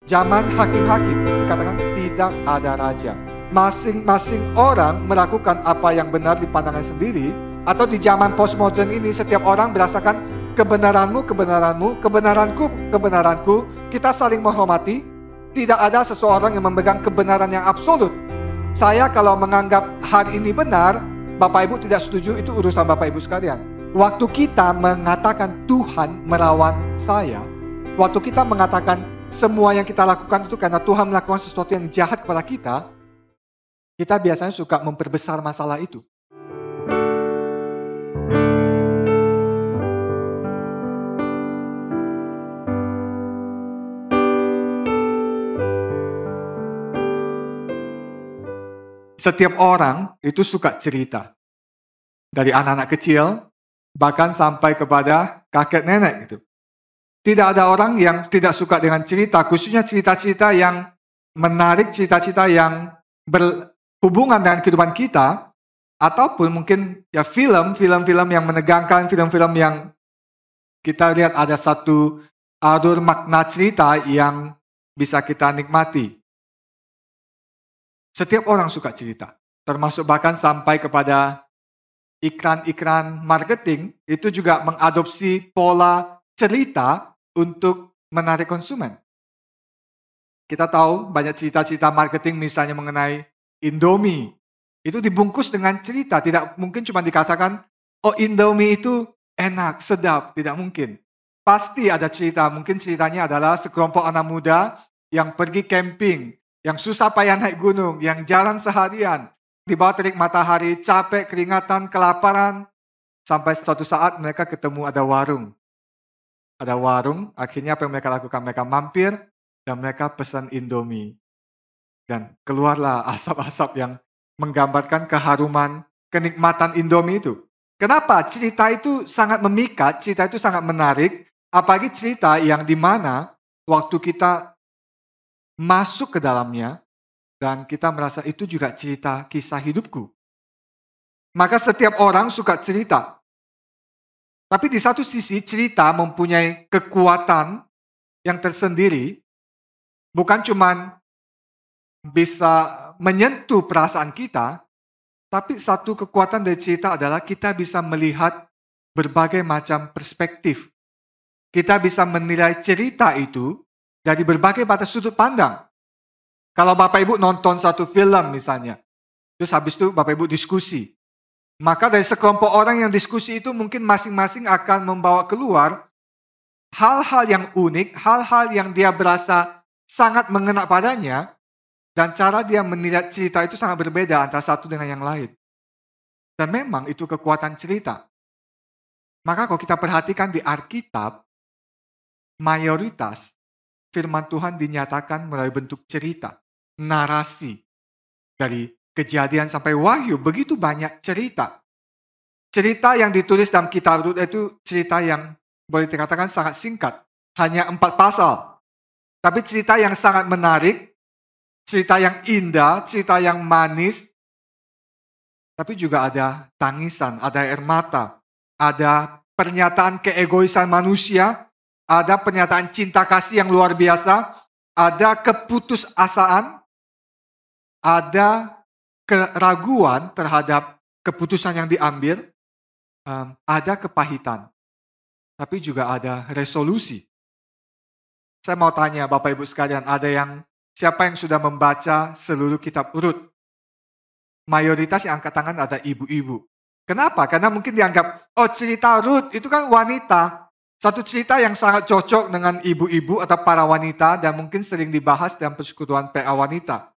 Zaman hakim-hakim dikatakan tidak ada raja. Masing-masing orang melakukan apa yang benar di pandangan sendiri. Atau di zaman postmodern ini setiap orang merasakan kebenaranmu, kebenaranmu, kebenaranku, kebenaranku. Kita saling menghormati. Tidak ada seseorang yang memegang kebenaran yang absolut. Saya kalau menganggap hari ini benar, Bapak Ibu tidak setuju, itu urusan Bapak Ibu sekalian. Waktu kita mengatakan Tuhan melawan saya, waktu kita mengatakan semua yang kita lakukan itu karena Tuhan melakukan sesuatu yang jahat kepada kita biasanya suka memperbesar masalah itu. Setiap orang itu suka cerita. Dari anak-anak kecil, bahkan sampai kepada kakek nenek gitu. Tidak ada orang yang tidak suka dengan cerita, khususnya cerita-cerita yang menarik, cerita-cerita yang berhubungan dengan kehidupan kita, ataupun mungkin ya film-film yang menegangkan, film-film yang kita lihat ada satu alur makna cerita yang bisa kita nikmati. Setiap orang suka cerita, termasuk bahkan sampai kepada iklan-iklan marketing, itu juga mengadopsi pola cerita untuk menarik konsumen. Kita tahu banyak cerita-cerita marketing misalnya mengenai Indomie. Itu dibungkus dengan cerita, tidak mungkin cuma dikatakan, oh Indomie itu enak, sedap, tidak mungkin. Pasti ada cerita, mungkin ceritanya adalah sekelompok anak muda yang pergi camping, yang susah payah naik gunung, yang jalan seharian, di bawah terik matahari, capek, keringatan, kelaparan, sampai suatu saat mereka ketemu ada warung. Ada warung, akhirnya apa yang mereka lakukan? Mereka mampir, dan mereka pesan Indomie. Dan keluarlah asap-asap yang menggambarkan keharuman, kenikmatan Indomie itu. Kenapa? Cerita itu sangat memikat, cerita itu sangat menarik, apalagi cerita yang dimana waktu kita masuk ke dalamnya, dan kita merasa itu juga cerita kisah hidupku. Maka setiap orang suka cerita. Tapi di satu sisi cerita mempunyai kekuatan yang tersendiri. Bukan cuma bisa menyentuh perasaan kita. Tapi satu kekuatan dari cerita adalah kita bisa melihat berbagai macam perspektif. Kita bisa menilai cerita itu dari berbagai batas sudut pandang. Kalau Bapak Ibu nonton satu film misalnya, terus habis itu Bapak Ibu diskusi. Maka dari sekelompok orang yang diskusi itu mungkin masing-masing akan membawa keluar hal-hal yang unik, hal-hal yang dia berasa sangat mengena padanya, dan cara dia menilai cerita itu sangat berbeda antara satu dengan yang lain. Dan memang itu kekuatan cerita. Maka kalau kita perhatikan di Alkitab, mayoritas firman Tuhan dinyatakan melalui bentuk cerita, narasi. Dari Kejadian sampai Wahyu, begitu banyak cerita. Cerita yang ditulis dalam kitab Rut itu cerita yang boleh dikatakan sangat singkat. Hanya 4 pasal. Tapi cerita yang sangat menarik, cerita yang indah, cerita yang manis. Tapi juga ada tangisan, ada air mata. Ada pernyataan keegoisan manusia. Ada pernyataan cinta kasih yang luar biasa. Ada keputusasaan. Ada keraguan terhadap keputusan yang diambil, ada kepahitan, tapi juga ada resolusi. Saya mau tanya Bapak Ibu sekalian, siapa yang sudah membaca seluruh kitab Rut? Mayoritas yang angkat tangan ada ibu-ibu. Kenapa? Karena mungkin dianggap, oh cerita Rut itu kan wanita. Satu cerita yang sangat cocok dengan ibu-ibu atau para wanita dan mungkin sering dibahas dalam persekutuan PA wanita.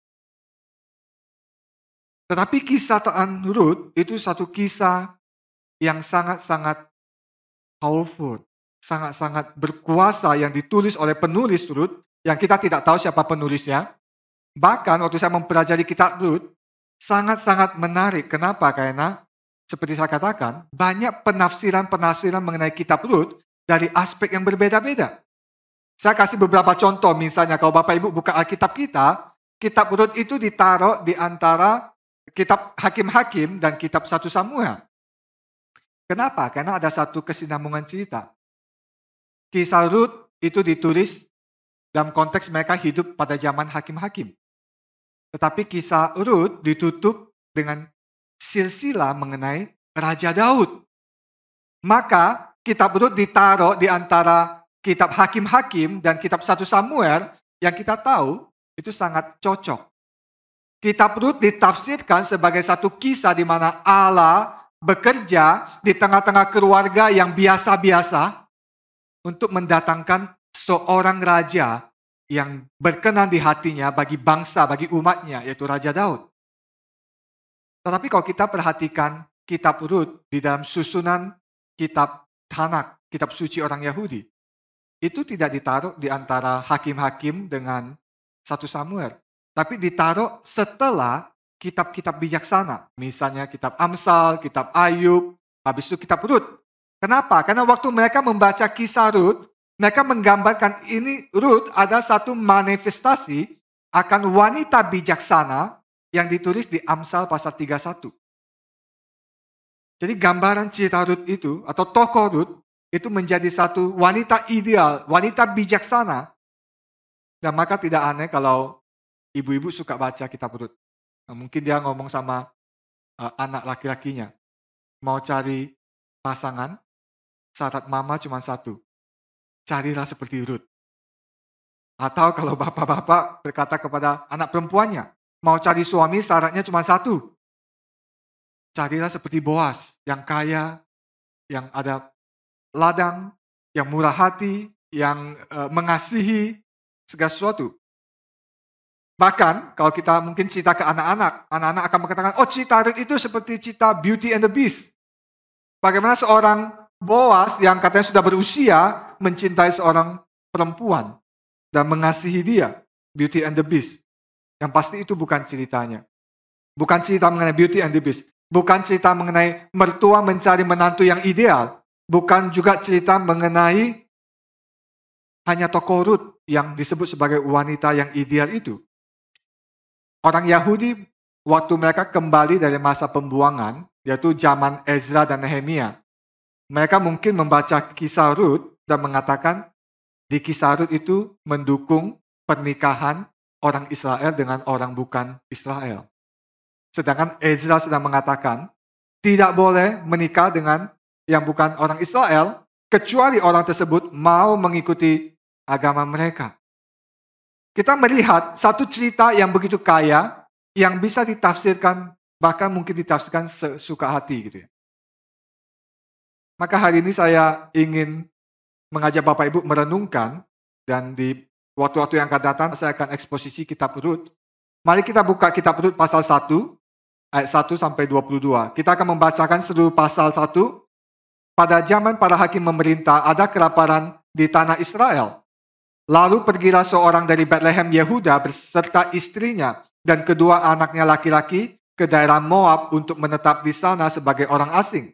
Tetapi kisah tentang Rut itu satu kisah yang sangat-sangat powerful, sangat-sangat berkuasa yang ditulis oleh penulis Rut, yang kita tidak tahu siapa penulisnya. Bahkan waktu saya mempelajari kitab Rut, sangat-sangat menarik. Kenapa? Karena seperti saya katakan, banyak penafsiran-penafsiran mengenai kitab Rut dari aspek yang berbeda-beda. Saya kasih beberapa contoh, misalnya kalau Bapak Ibu buka Alkitab kita, kitab Rut itu ditaruh di antara kitab Hakim-Hakim dan kitab 1 Samuel. Kenapa? Karena ada satu kesinambungan cerita. Kisah Rut itu ditulis dalam konteks mereka hidup pada zaman hakim-hakim. Tetapi kisah Rut ditutup dengan silsilah mengenai Raja Daud. Maka kitab Rut ditaruh di antara kitab Hakim-Hakim dan kitab 1 Samuel yang kita tahu itu sangat cocok. Kitab Rut ditafsirkan sebagai satu kisah di mana Allah bekerja di tengah-tengah keluarga yang biasa-biasa untuk mendatangkan seorang raja yang berkenan di hatinya bagi bangsa, bagi umatnya, yaitu Raja Daud. Tetapi kalau kita perhatikan kitab Rut di dalam susunan kitab Tanakh, kitab suci orang Yahudi, itu tidak ditaruh di antara hakim-hakim dengan 1 Samuel. Tapi ditaruh setelah kitab-kitab bijaksana. Misalnya kitab Amsal, kitab Ayub, habis itu kitab Rut. Kenapa? Karena waktu mereka membaca kisah Rut, mereka menggambarkan ini Rut ada satu manifestasi akan wanita bijaksana yang ditulis di Amsal pasal 31. Jadi gambaran cerita Rut itu atau tokoh Rut itu menjadi satu wanita ideal, wanita bijaksana. Dan maka tidak aneh kalau ibu-ibu suka baca kitab Rut. Nah, mungkin dia ngomong sama anak laki-lakinya, mau cari pasangan, syarat mama cuma satu, carilah seperti Rut. Atau kalau bapak-bapak berkata kepada anak perempuannya, mau cari suami syaratnya cuma satu, carilah seperti Boas, yang kaya, yang ada ladang, yang murah hati, yang mengasihi segala sesuatu. Bahkan kalau kita mungkin cerita ke anak-anak, anak-anak akan mengatakan, oh cerita Rut itu seperti cerita Beauty and the Beast. Bagaimana seorang Boas yang katanya sudah berusia mencintai seorang perempuan dan mengasihi dia, Beauty and the Beast. Yang pasti itu bukan ceritanya. Bukan cerita mengenai Beauty and the Beast. Bukan cerita mengenai mertua mencari menantu yang ideal. Bukan juga cerita mengenai hanya tokoh Rut yang disebut sebagai wanita yang ideal itu. Orang Yahudi waktu mereka kembali dari masa pembuangan, yaitu zaman Ezra dan Nehemia, mereka mungkin membaca kisah Rut dan mengatakan di kisah Rut itu mendukung pernikahan orang Israel dengan orang bukan Israel. Sedangkan Ezra sedang mengatakan tidak boleh menikah dengan yang bukan orang Israel kecuali orang tersebut mau mengikuti agama mereka. Kita melihat satu cerita yang begitu kaya yang bisa ditafsirkan, bahkan mungkin ditafsirkan sesuka hati gitu ya. Maka hari ini saya ingin mengajak Bapak Ibu merenungkan, dan di waktu-waktu yang akan datang saya akan eksposisi kitab Rut. Mari kita buka kitab Rut pasal 1, ayat 1 sampai 22. Kita akan membacakan seluruh pasal 1. Pada zaman para hakim memerintah, ada kelaparan di tanah Israel. Lalu pergilah seorang dari Bethlehem Yehuda beserta istrinya dan kedua anaknya laki-laki ke daerah Moab untuk menetap di sana sebagai orang asing.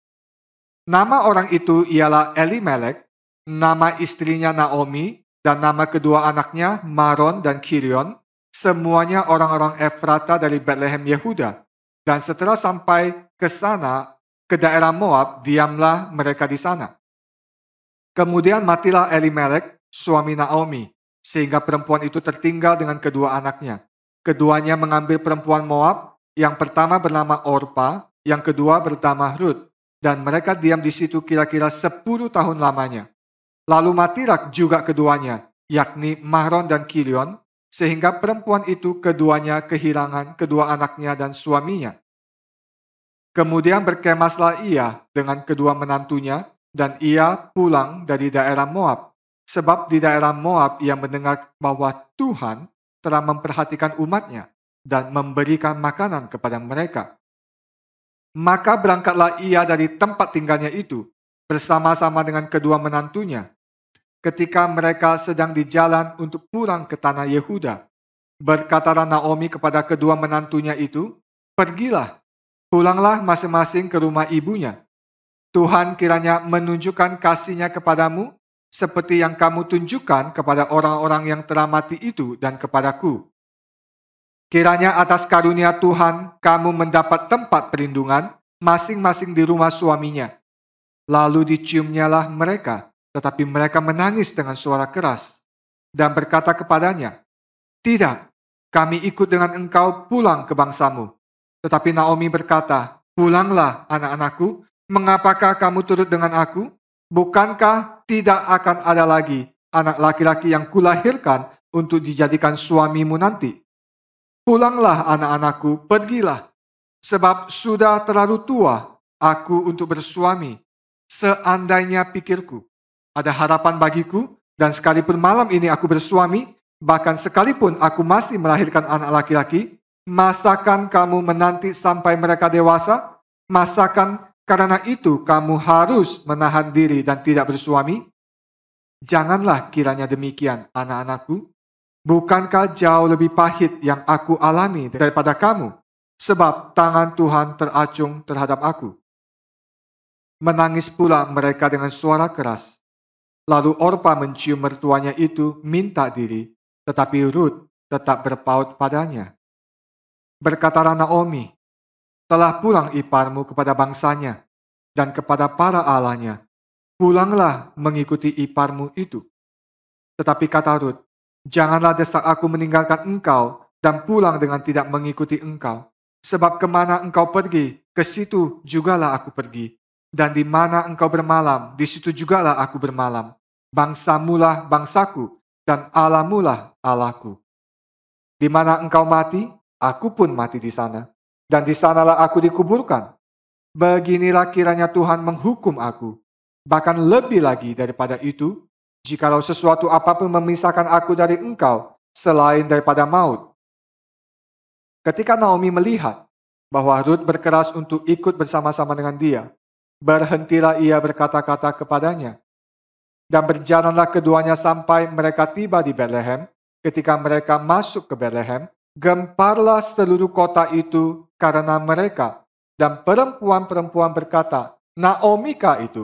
Nama orang itu ialah Elimelek, nama istrinya Naomi, dan nama kedua anaknya Maron dan Kirion, semuanya orang-orang Efrata dari Bethlehem Yehuda. Dan setelah sampai ke sana, ke daerah Moab, diamlah mereka di sana. Kemudian matilah Elimelek, suami Naomi, sehingga perempuan itu tertinggal dengan kedua anaknya. Keduanya mengambil perempuan Moab, yang pertama bernama Orpa, yang kedua bernama Rut, dan mereka diam di situ kira-kira 10 tahun lamanya. Lalu matilah juga keduanya, yakni Mahron dan Kilion, sehingga perempuan itu keduanya kehilangan kedua anaknya dan suaminya. Kemudian berkemaslah ia dengan kedua menantunya, dan ia pulang dari daerah Moab. Sebab di daerah Moab ia mendengar bahwa Tuhan telah memperhatikan umatnya dan memberikan makanan kepada mereka. Maka berangkatlah ia dari tempat tinggalnya itu bersama-sama dengan kedua menantunya. Ketika mereka sedang di jalan untuk pulang ke tanah Yehuda, berkatalah Naomi kepada kedua menantunya itu, pergilah, pulanglah masing-masing ke rumah ibunya. Tuhan kiranya menunjukkan kasih-Nya kepadamu seperti yang kamu tunjukkan kepada orang-orang yang telah mati itu dan kepadaku. Kiranya atas karunia Tuhan kamu mendapat tempat perlindungan masing-masing di rumah suaminya. Lalu diciumnyalah mereka, tetapi mereka menangis dengan suara keras. dan berkata kepadanya, "Tidak, kami ikut dengan engkau pulang ke bangsamu." Tetapi Naomi berkata, "Pulanglah anak-anakku, mengapakah kamu turut dengan aku? Bukankah tidak akan ada lagi anak laki-laki yang kulahirkan untuk dijadikan suamimu nanti? Pulanglah anak-anakku, pergilah, sebab sudah terlalu tua aku untuk bersuami. Seandainya pikirku, ada harapan bagiku, dan sekalipun malam ini aku bersuami, bahkan sekalipun aku masih melahirkan anak laki-laki, masakan kamu menanti sampai mereka dewasa? Masakan karena itu kamu harus menahan diri dan tidak bersuami? Janganlah kiranya demikian, anak-anakku. Bukankah jauh lebih pahit yang aku alami daripada kamu? Sebab tangan Tuhan teracung terhadap aku." Menangis pula mereka dengan suara keras. Lalu Orpa mencium mertuanya itu minta diri, tetapi Rut tetap berpaut padanya. Berkatalah Naomi, "Telah pulang iparmu kepada bangsanya dan kepada para allahnya. Pulanglah mengikuti iparmu itu." Tetapi kata Rut, "Janganlah desak aku meninggalkan engkau dan pulang dengan tidak mengikuti engkau. Sebab kemana engkau pergi, ke situ jugalah aku pergi. Dan di mana engkau bermalam, di situ jugalah aku bermalam. Bangsamulah bangsaku, dan Allahmulah Allahku. Di mana engkau mati, aku pun mati di sana. Dan di sanalah aku dikuburkan. Beginilah kiranya Tuhan menghukum aku. Bahkan lebih lagi daripada itu, jikalau sesuatu apapun memisahkan aku dari engkau, selain daripada maut." Ketika Naomi melihat bahwa Rut berkeras untuk ikut bersama-sama dengan dia, berhentilah ia berkata-kata kepadanya. Dan berjalanlah keduanya sampai mereka tiba di Betlehem. Ketika mereka masuk ke Betlehem, gemparlah seluruh kota itu karena mereka. Dan perempuan-perempuan berkata, "Naomi kah itu?"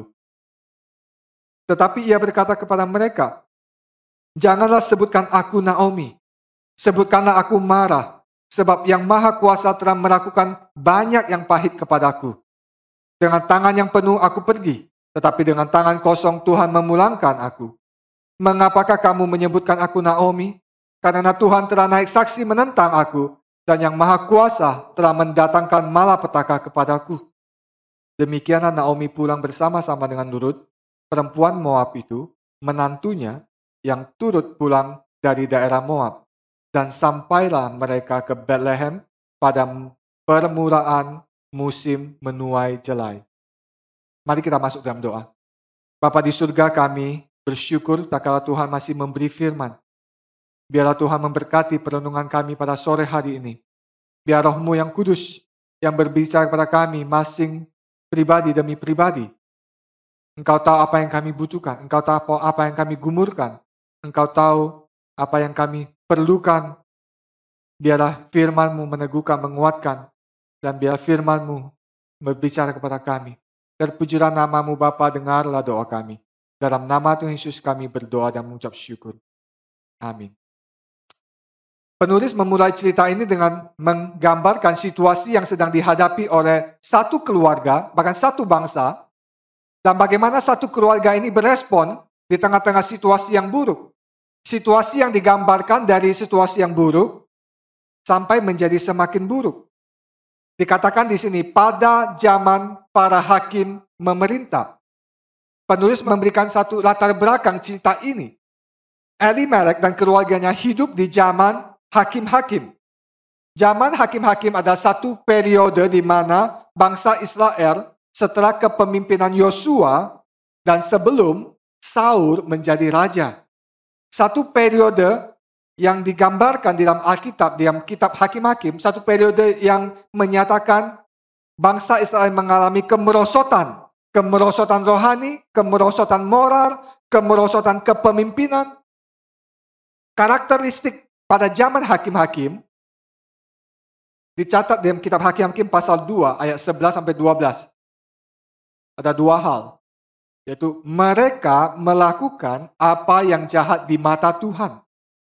Tetapi ia berkata kepada mereka, "Janganlah sebutkan aku Naomi, sebutkanlah aku Mara, sebab Yang Maha Kuasa telah melakukan banyak yang pahit kepadaku. Dengan tangan yang penuh aku pergi, tetapi dengan tangan kosong Tuhan memulangkan aku. Mengapakah kamu menyebutkan aku Naomi? Karena Tuhan telah naik saksi menentang aku, dan Yang Maha Kuasa telah mendatangkan malapetaka kepadaku." Demikianlah Naomi pulang bersama-sama dengan Rut, perempuan Moab itu, menantunya, yang turut pulang dari daerah Moab. Dan sampailah mereka ke Betlehem pada permulaan musim menuai jelai. Mari kita masuk dalam doa. Bapa di surga, kami bersyukur tak kala Tuhan masih memberi firman. Biarlah Tuhan memberkati perenungan kami pada sore hari ini. Biar Roh-Mu yang kudus yang berbicara kepada kami masing pribadi demi pribadi. Engkau tahu apa yang kami butuhkan. Engkau tahu apa yang kami gumurkan. Engkau tahu apa yang kami perlukan. Biarlah firman-Mu meneguhkan, menguatkan. Dan biar firman-Mu berbicara kepada kami. Terpujilah nama-Mu Bapa, dengarlah doa kami. Dalam nama Tuhan Yesus kami berdoa dan mengucap syukur. Amin. Penulis memulai cerita ini dengan menggambarkan situasi yang sedang dihadapi oleh satu keluarga, bahkan satu bangsa, dan bagaimana satu keluarga ini berespon di tengah-tengah situasi yang buruk. Situasi yang digambarkan dari situasi yang buruk sampai menjadi semakin buruk. Dikatakan di sini, pada zaman para hakim memerintah. Penulis memberikan satu latar belakang cerita ini. Elimelek dan keluarganya hidup di zaman hakim-hakim. Zaman hakim-hakim adalah satu periode di mana bangsa Israel setelah kepemimpinan Yosua dan sebelum Saul menjadi raja. Satu periode yang digambarkan di dalam Alkitab, di dalam kitab hakim-hakim, satu periode yang menyatakan bangsa Israel mengalami kemerosotan. Kemerosotan rohani, kemerosotan moral, kemerosotan kepemimpinan. Karakteristik pada zaman hakim-hakim dicatat dalam kitab Hakim-Hakim pasal 2 ayat 11 sampai 12. Ada dua hal, yaitu mereka melakukan apa yang jahat di mata Tuhan.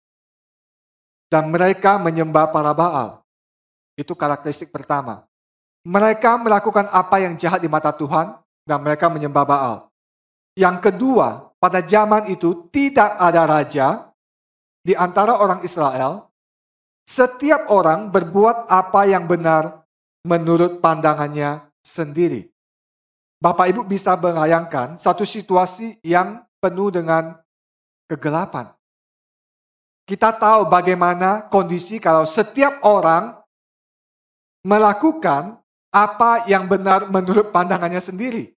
Dan mereka menyembah para Baal. Itu karakteristik pertama. Mereka melakukan apa yang jahat di mata Tuhan dan mereka menyembah Baal. Yang kedua, pada zaman itu tidak ada raja, di antara orang Israel, setiap orang berbuat apa yang benar menurut pandangannya sendiri. Bapak Ibu bisa bayangkan satu situasi yang penuh dengan kegelapan. Kita tahu bagaimana kondisi kalau setiap orang melakukan apa yang benar menurut pandangannya sendiri.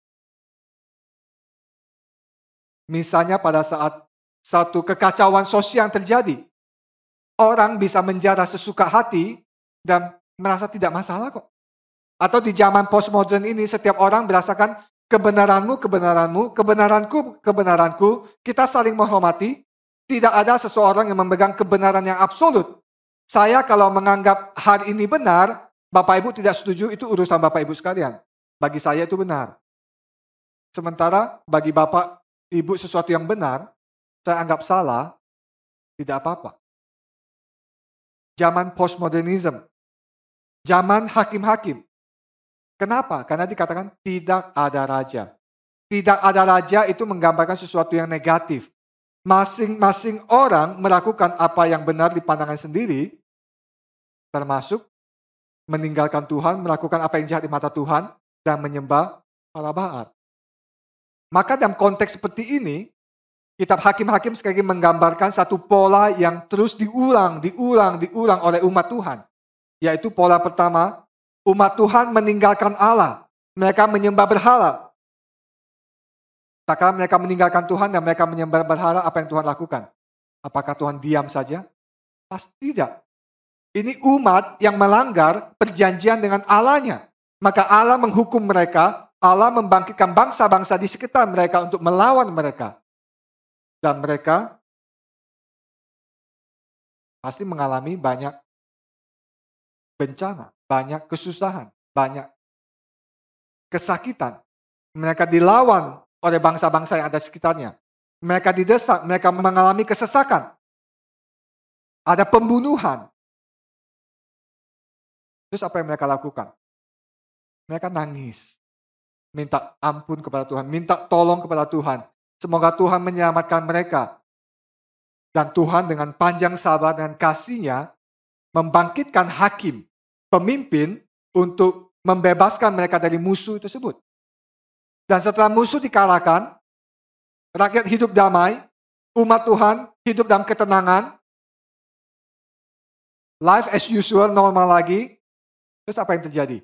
Misalnya pada saat satu kekacauan sosial yang terjadi, orang bisa menjara sesuka hati dan merasa tidak masalah kok. Atau di zaman postmodern ini setiap orang merasakan kebenaranmu, kebenaranmu, kebenaranku, kebenaranku. Kita saling menghormati. Tidak ada seseorang yang memegang kebenaran yang absolut. Saya kalau menganggap hari ini benar, Bapak Ibu tidak setuju, itu urusan Bapak Ibu sekalian. Bagi saya itu benar. Sementara bagi Bapak Ibu sesuatu yang benar, saya anggap salah, tidak apa-apa. Zaman postmodernism, zaman hakim-hakim. Kenapa? Karena dikatakan tidak ada raja. Tidak ada raja itu menggambarkan sesuatu yang negatif. Masing-masing orang melakukan apa yang benar di pandangan sendiri, termasuk meninggalkan Tuhan, melakukan apa yang jahat di mata Tuhan, dan menyembah para Baal. Maka dalam konteks seperti ini, kitab Hakim-Hakim sekali lagi menggambarkan satu pola yang terus diulang oleh umat Tuhan. Yaitu pola pertama, umat Tuhan meninggalkan Allah. Mereka menyembah berhala. Tak kala mereka meninggalkan Tuhan dan mereka menyembah berhala, apa yang Tuhan lakukan? Apakah Tuhan diam saja? Pasti tidak. Ini umat yang melanggar perjanjian dengan Allahnya. Maka Allah menghukum mereka, Allah membangkitkan bangsa-bangsa di sekitar mereka untuk melawan mereka. Dan mereka pasti mengalami banyak bencana, banyak kesusahan, banyak kesakitan. Mereka dilawan oleh bangsa-bangsa yang ada di sekitarnya. Mereka didesak, mereka mengalami kesesakan. Ada pembunuhan. Terus apa yang mereka lakukan? Mereka nangis. Minta ampun kepada Tuhan, minta tolong kepada Tuhan. Semoga Tuhan menyelamatkan mereka. Dan Tuhan dengan panjang sabar dan kasih-Nya membangkitkan hakim, pemimpin untuk membebaskan mereka dari musuh tersebut. Dan setelah musuh dikalahkan, rakyat hidup damai, umat Tuhan hidup dalam ketenangan, life as usual, normal lagi. Terus apa yang terjadi?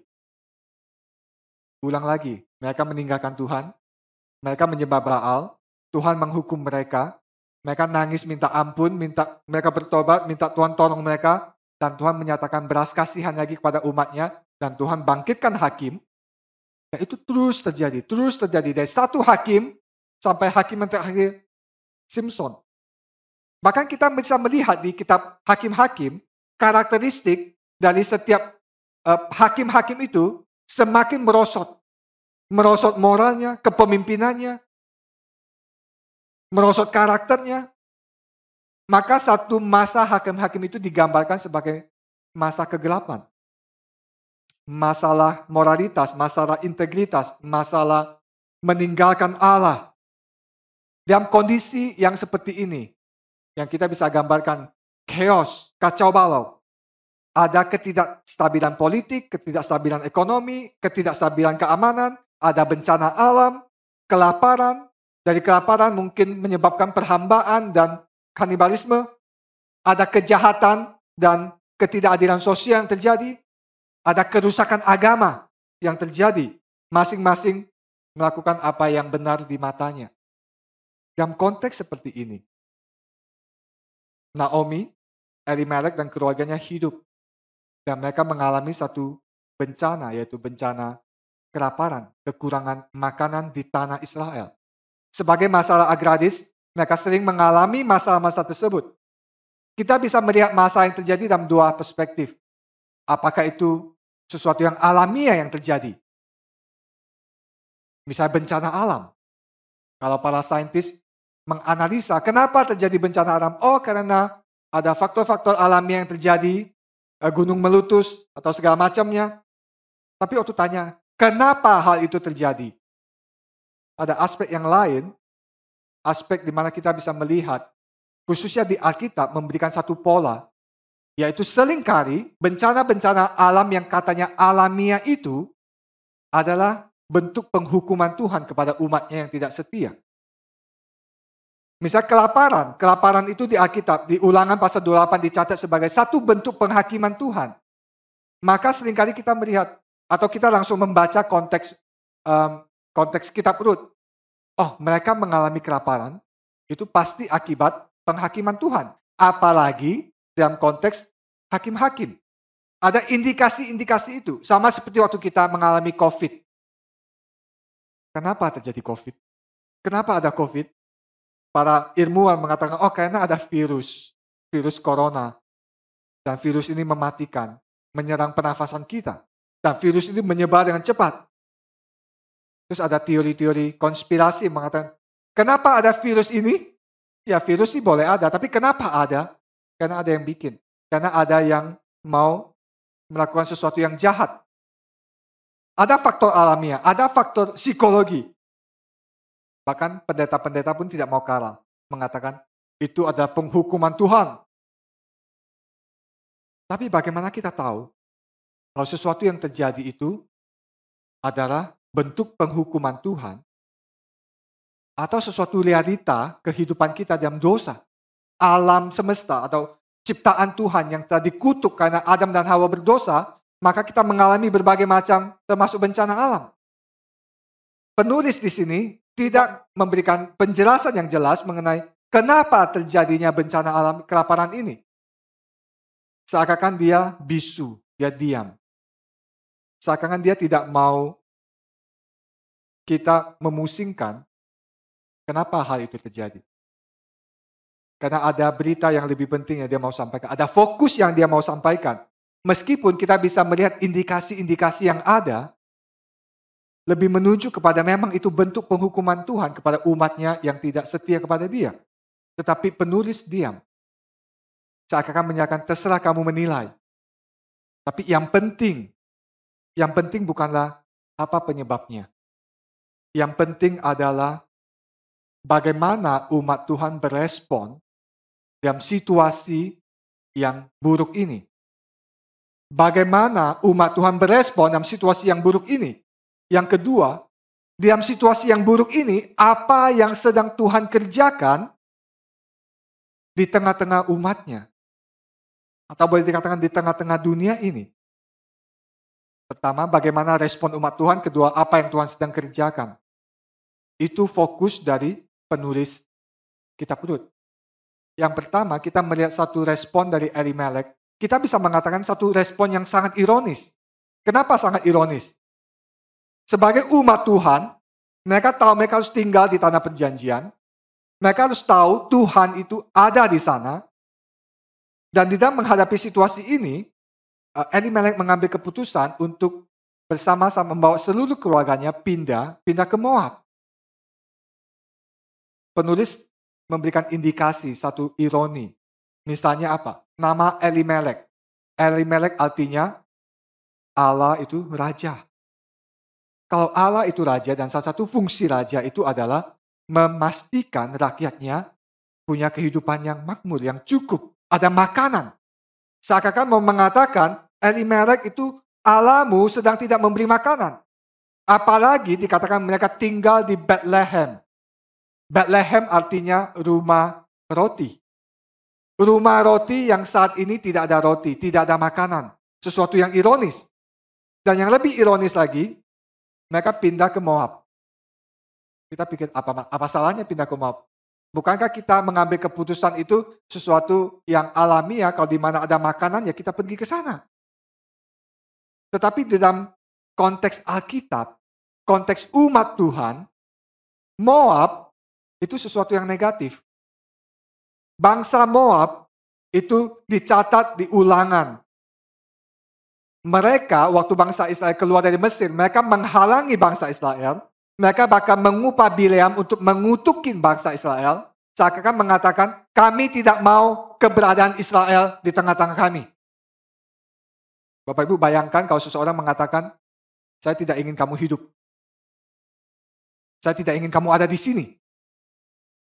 Ulang lagi, mereka meninggalkan Tuhan, mereka menyembah Baal, Tuhan menghukum mereka, mereka nangis minta ampun, mereka bertobat, minta Tuhan tolong mereka, dan Tuhan menyatakan belas kasihan lagi kepada umatnya, dan Tuhan bangkitkan hakim. Dan itu terus terjadi dari satu hakim sampai hakim yang terakhir, Simpson. Bahkan kita bisa melihat di kitab Hakim-Hakim, karakteristik dari setiap hakim-hakim itu semakin merosot. Merosot moralnya, kepemimpinannya, merosot karakternya. Maka satu masa hakim-hakim itu digambarkan sebagai masa kegelapan. Masalah moralitas, masalah integritas, masalah meninggalkan Allah. Dalam kondisi yang seperti ini, yang kita bisa gambarkan chaos, kacau balau. Ada ketidakstabilan politik, ketidakstabilan ekonomi, ketidakstabilan keamanan, ada bencana alam, kelaparan. Dari kelaparan mungkin menyebabkan perhambaan dan kanibalisme. Ada kejahatan dan ketidakadilan sosial yang terjadi. Ada kerusakan agama yang terjadi. Masing-masing melakukan apa yang benar di matanya. Dalam konteks seperti ini, Naomi, Elimelek dan keluarganya hidup. Dan mereka mengalami satu bencana, yaitu bencana kelaparan, kekurangan makanan di tanah Israel. Sebagai masalah agraris, mereka sering mengalami masalah-masalah tersebut. Kita bisa melihat masalah yang terjadi dalam dua perspektif. Apakah itu sesuatu yang alamiah yang terjadi? Misalnya bencana alam. Kalau para saintis menganalisa kenapa terjadi bencana alam. Oh, karena ada faktor-faktor alami yang terjadi, gunung meletus atau segala macamnya. Tapi waktu tanya, kenapa hal itu terjadi? Ada aspek yang lain, aspek di mana kita bisa melihat khususnya di Alkitab memberikan satu pola, yaitu seringkali bencana-bencana alam yang katanya alamiah itu adalah bentuk penghukuman Tuhan kepada umatnya yang tidak setia. Misal kelaparan itu di Alkitab, di Ulangan pasal 28 dicatat sebagai satu bentuk penghakiman Tuhan. Maka seringkali kita melihat, atau kita langsung membaca konteks kitab Rut. Oh, mereka mengalami kelaparan, itu pasti akibat penghakiman Tuhan. Apalagi dalam konteks hakim-hakim. Ada indikasi-indikasi itu. Sama seperti waktu kita mengalami COVID. Kenapa terjadi COVID? Kenapa ada COVID? Para ilmuwan mengatakan, oh karena ada virus corona. Dan virus ini mematikan, menyerang pernafasan kita. Dan virus ini menyebar dengan cepat. Terus ada teori-teori konspirasi mengatakan, kenapa ada virus ini? Ya virus sih boleh ada, tapi kenapa ada? Karena ada yang bikin. Karena ada yang mau melakukan sesuatu yang jahat. Ada faktor alamiah, ada faktor psikologi. Bahkan pendeta-pendeta pun tidak mau kalah. Mengatakan, itu ada penghukuman Tuhan. Tapi bagaimana kita tahu kalau sesuatu yang terjadi itu adalah bentuk penghukuman Tuhan atau sesuatu realita kehidupan kita dalam dosa. Alam semesta atau ciptaan Tuhan yang telah dikutuk karena Adam dan Hawa berdosa, maka kita mengalami berbagai macam termasuk bencana alam. Penulis di sini tidak memberikan penjelasan yang jelas mengenai kenapa terjadinya bencana alam kelaparan ini. Seakan-akan dia bisu, dia diam. Seakan-akan dia tidak mau kita memusingkan kenapa hal itu terjadi. Karena ada berita yang lebih penting yang dia mau sampaikan. Ada fokus yang dia mau sampaikan. Meskipun kita bisa melihat indikasi-indikasi yang ada, lebih menuju kepada memang itu bentuk penghukuman Tuhan kepada umatnya yang tidak setia kepada dia. Tetapi penulis diam. Seakan-akan menyatakan terserah kamu menilai. Tapi yang penting bukanlah apa penyebabnya. Yang penting adalah bagaimana umat Tuhan berespon dalam situasi yang buruk ini. Bagaimana umat Tuhan berespon dalam situasi yang buruk ini. Yang kedua, dalam situasi yang buruk ini, apa yang sedang Tuhan kerjakan di tengah-tengah umatnya? Atau boleh dikatakan di tengah-tengah dunia ini. Pertama, bagaimana respon umat Tuhan. Kedua, apa yang Tuhan sedang kerjakan. Itu fokus dari penulis kitab Rut. Yang pertama, kita melihat satu respon dari Elimelek. Kita bisa mengatakan satu respon yang sangat ironis. Kenapa sangat ironis? Sebagai umat Tuhan, mereka tahu mereka harus tinggal di tanah perjanjian. Mereka harus tahu Tuhan itu ada di sana. Dan di dalam menghadapi situasi ini, Elimelek mengambil keputusan untuk bersama-sama membawa seluruh keluarganya pindah ke Moab. Penulis memberikan indikasi satu ironi. Misalnya apa? Nama Elimelek. Elimelek artinya Allah itu raja. Kalau Allah itu raja dan salah satu fungsi raja itu adalah memastikan rakyatnya punya kehidupan yang makmur, yang cukup. Ada makanan. Seakan-akan mau mengatakan Elimelek itu Allahmu sedang tidak memberi makanan. Apalagi dikatakan mereka tinggal di Bethlehem. Bethlehem artinya rumah roti. Rumah roti yang saat ini tidak ada roti, tidak ada makanan. Sesuatu yang ironis. Dan yang lebih ironis lagi, mereka pindah ke Moab. Kita pikir, apa salahnya pindah ke Moab? Bukankah kita mengambil keputusan itu sesuatu yang alamiah, kalau di mana ada makanan, ya kita pergi ke sana. Tetapi dalam konteks Alkitab, konteks umat Tuhan, Moab itu sesuatu yang negatif. Bangsa Moab itu dicatat di Ulangan. Mereka, waktu bangsa Israel keluar dari Mesir, mereka menghalangi bangsa Israel. Mereka bahkan mengupah Bileam untuk mengutukin bangsa Israel. Seakan-akan mengatakan, kami tidak mau keberadaan Israel di tengah-tengah kami. Bapak Ibu bayangkan kalau seseorang mengatakan, saya tidak ingin kamu hidup. Saya tidak ingin kamu ada di sini.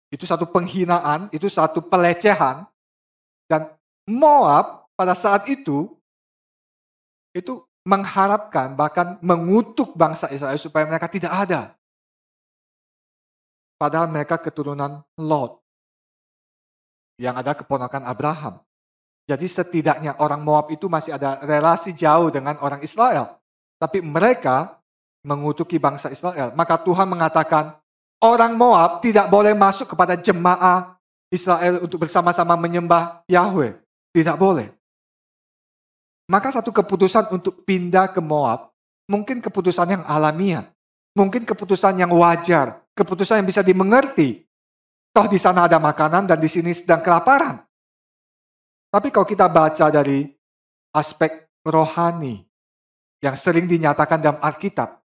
Itu satu penghinaan, itu satu pelecehan. Dan Moab pada saat itu mengharapkan, bahkan mengutuk bangsa Israel supaya mereka tidak ada. Padahal mereka keturunan Lot, yang ada keponakan Abraham. Jadi setidaknya orang Moab itu masih ada relasi jauh dengan orang Israel. Tapi mereka mengutuki bangsa Israel. Maka Tuhan mengatakan, orang Moab tidak boleh masuk kepada jemaah Israel untuk bersama-sama menyembah Yahweh. Tidak boleh. Maka satu keputusan untuk pindah ke Moab, mungkin keputusan yang alamiah. Mungkin keputusan yang wajar. Keputusan yang bisa dimengerti. Toh di sana ada makanan dan di sini sedang kelaparan. Tapi kalau kita baca dari aspek rohani yang sering dinyatakan dalam Alkitab,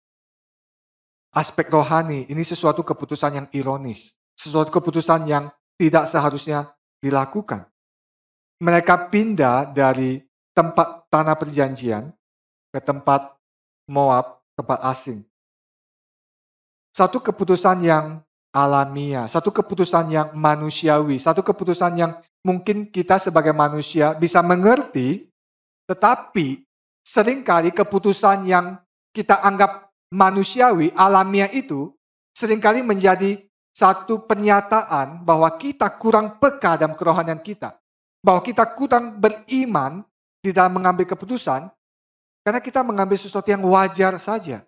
aspek rohani ini sesuatu keputusan yang ironis. Sesuatu keputusan yang tidak seharusnya dilakukan. Mereka pindah dari tempat tanah perjanjian ke tempat Moab, tempat asing. Satu keputusan yang alamiah, satu keputusan yang manusiawi, satu keputusan yang mungkin kita sebagai manusia bisa mengerti, tetapi seringkali keputusan yang kita anggap manusiawi, alamiah itu, seringkali menjadi satu pernyataan bahwa kita kurang peka dalam kerohanian kita. Bahwa kita kurang beriman di dalam mengambil keputusan, karena kita mengambil sesuatu yang wajar saja.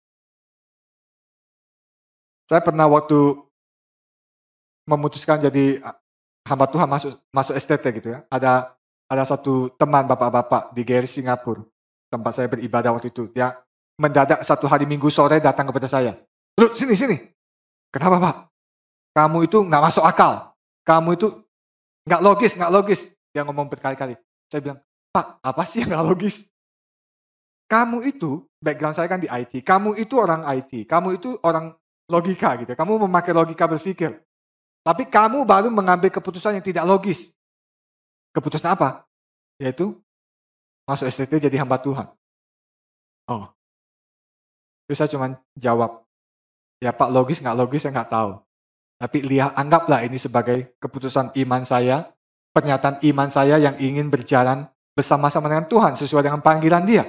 Saya pernah waktu memutuskan jadi hamba Tuhan masuk STT gitu ya. Ada satu teman bapak-bapak di GRI Singapura, tempat saya beribadah waktu itu. Dia mendadak satu hari Minggu sore datang kepada saya. Rut, sini. Kenapa Pak? Kamu itu nggak masuk akal. Kamu itu nggak logis. Dia ngomong berkali-kali. Saya bilang, Pak, apa sih yang nggak logis? Kamu itu, background saya kan di IT. Kamu itu orang IT. Kamu itu orang logika gitu. Kamu memakai logika berpikir. Tapi kamu baru mengambil keputusan yang tidak logis. Keputusan apa? Yaitu masuk STT jadi hamba Tuhan. Oh. Terus saya cuma jawab, ya Pak, logis nggak logis saya nggak tahu. Tapi anggaplah ini sebagai keputusan iman saya, pernyataan iman saya yang ingin berjalan bersama-sama dengan Tuhan sesuai dengan panggilan Dia.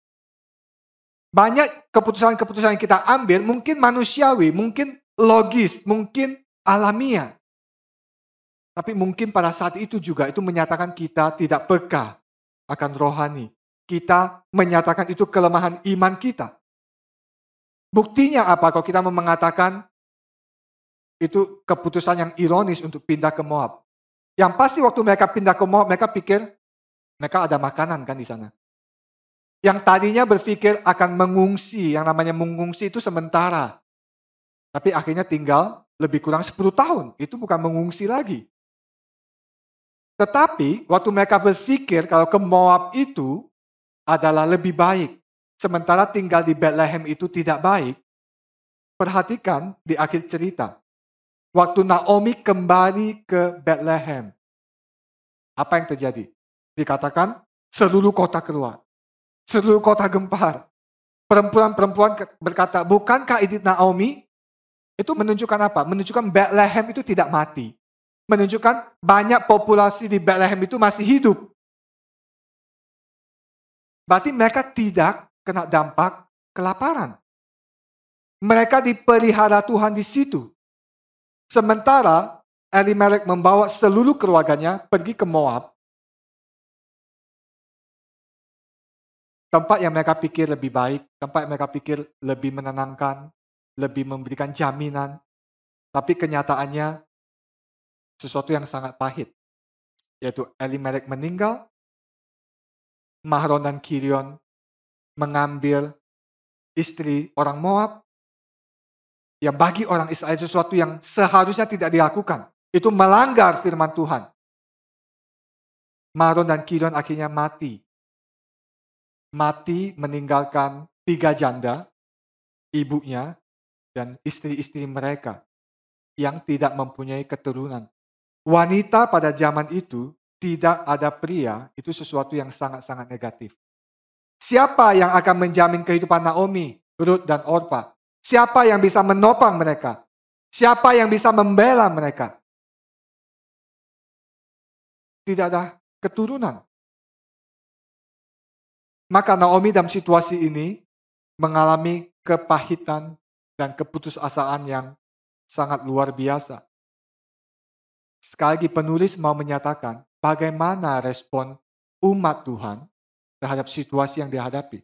Banyak keputusan-keputusan yang kita ambil mungkin manusiawi, mungkin logis, mungkin alamiah. Tapi mungkin pada saat itu juga itu menyatakan kita tidak peka akan rohani. Kita menyatakan itu kelemahan iman kita. Buktinya apa kalau kita mengatakan itu keputusan yang ironis untuk pindah ke Moab. Yang pasti waktu mereka pindah ke Moab, mereka pikir mereka ada makanan kan di sana. Yang tadinya berpikir akan mengungsi, yang namanya mengungsi itu sementara. Tapi akhirnya tinggal lebih kurang 10 tahun, itu bukan mengungsi lagi. Tetapi waktu mereka berpikir kalau ke Moab itu adalah lebih baik, sementara tinggal di Bethlehem itu tidak baik, perhatikan di akhir cerita. Waktu Naomi kembali ke Bethlehem, apa yang terjadi? Dikatakan seluruh kota keluar. Seluruh kota gempar. Perempuan-perempuan berkata, bukankah ini Naomi? Itu menunjukkan apa? Menunjukkan Bethlehem itu tidak mati. Menunjukkan banyak populasi di Bethlehem itu masih hidup. Berarti mereka tidak kena dampak kelaparan. Mereka dipelihara Tuhan di situ. Sementara Elimelek membawa seluruh keluarganya pergi ke Moab. Tempat yang mereka pikir lebih baik, tempat yang mereka pikir lebih menenangkan, lebih memberikan jaminan. Tapi kenyataannya sesuatu yang sangat pahit. Yaitu Elimelek meninggal, Mahlon dan Kilion mengambil istri orang Moab, yang bagi orang Israel sesuatu yang seharusnya tidak dilakukan. Itu melanggar firman Tuhan. Mahlon dan Kilion akhirnya mati. Mati meninggalkan 3 janda, ibunya, dan istri-istri mereka yang tidak mempunyai keturunan. Wanita pada zaman itu tidak ada pria, itu sesuatu yang sangat-sangat negatif. Siapa yang akan menjamin kehidupan Naomi, Rut, dan Orpa? Siapa yang bisa menopang mereka? Siapa yang bisa membela mereka? Tidak ada keturunan. Maka Naomi dalam situasi ini mengalami kepahitan dan keputusasaan yang sangat luar biasa. Sekali lagi penulis mau menyatakan bagaimana respon umat Tuhan terhadap situasi yang dihadapi.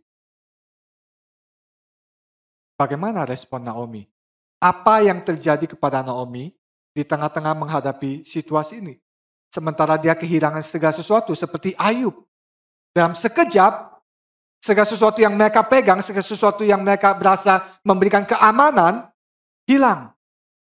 Bagaimana respon Naomi? Apa yang terjadi kepada Naomi di tengah-tengah menghadapi situasi ini? Sementara dia kehilangan segala sesuatu seperti Ayub. Dalam sekejap, segala sesuatu yang mereka pegang, segala sesuatu yang mereka berasa memberikan keamanan, hilang.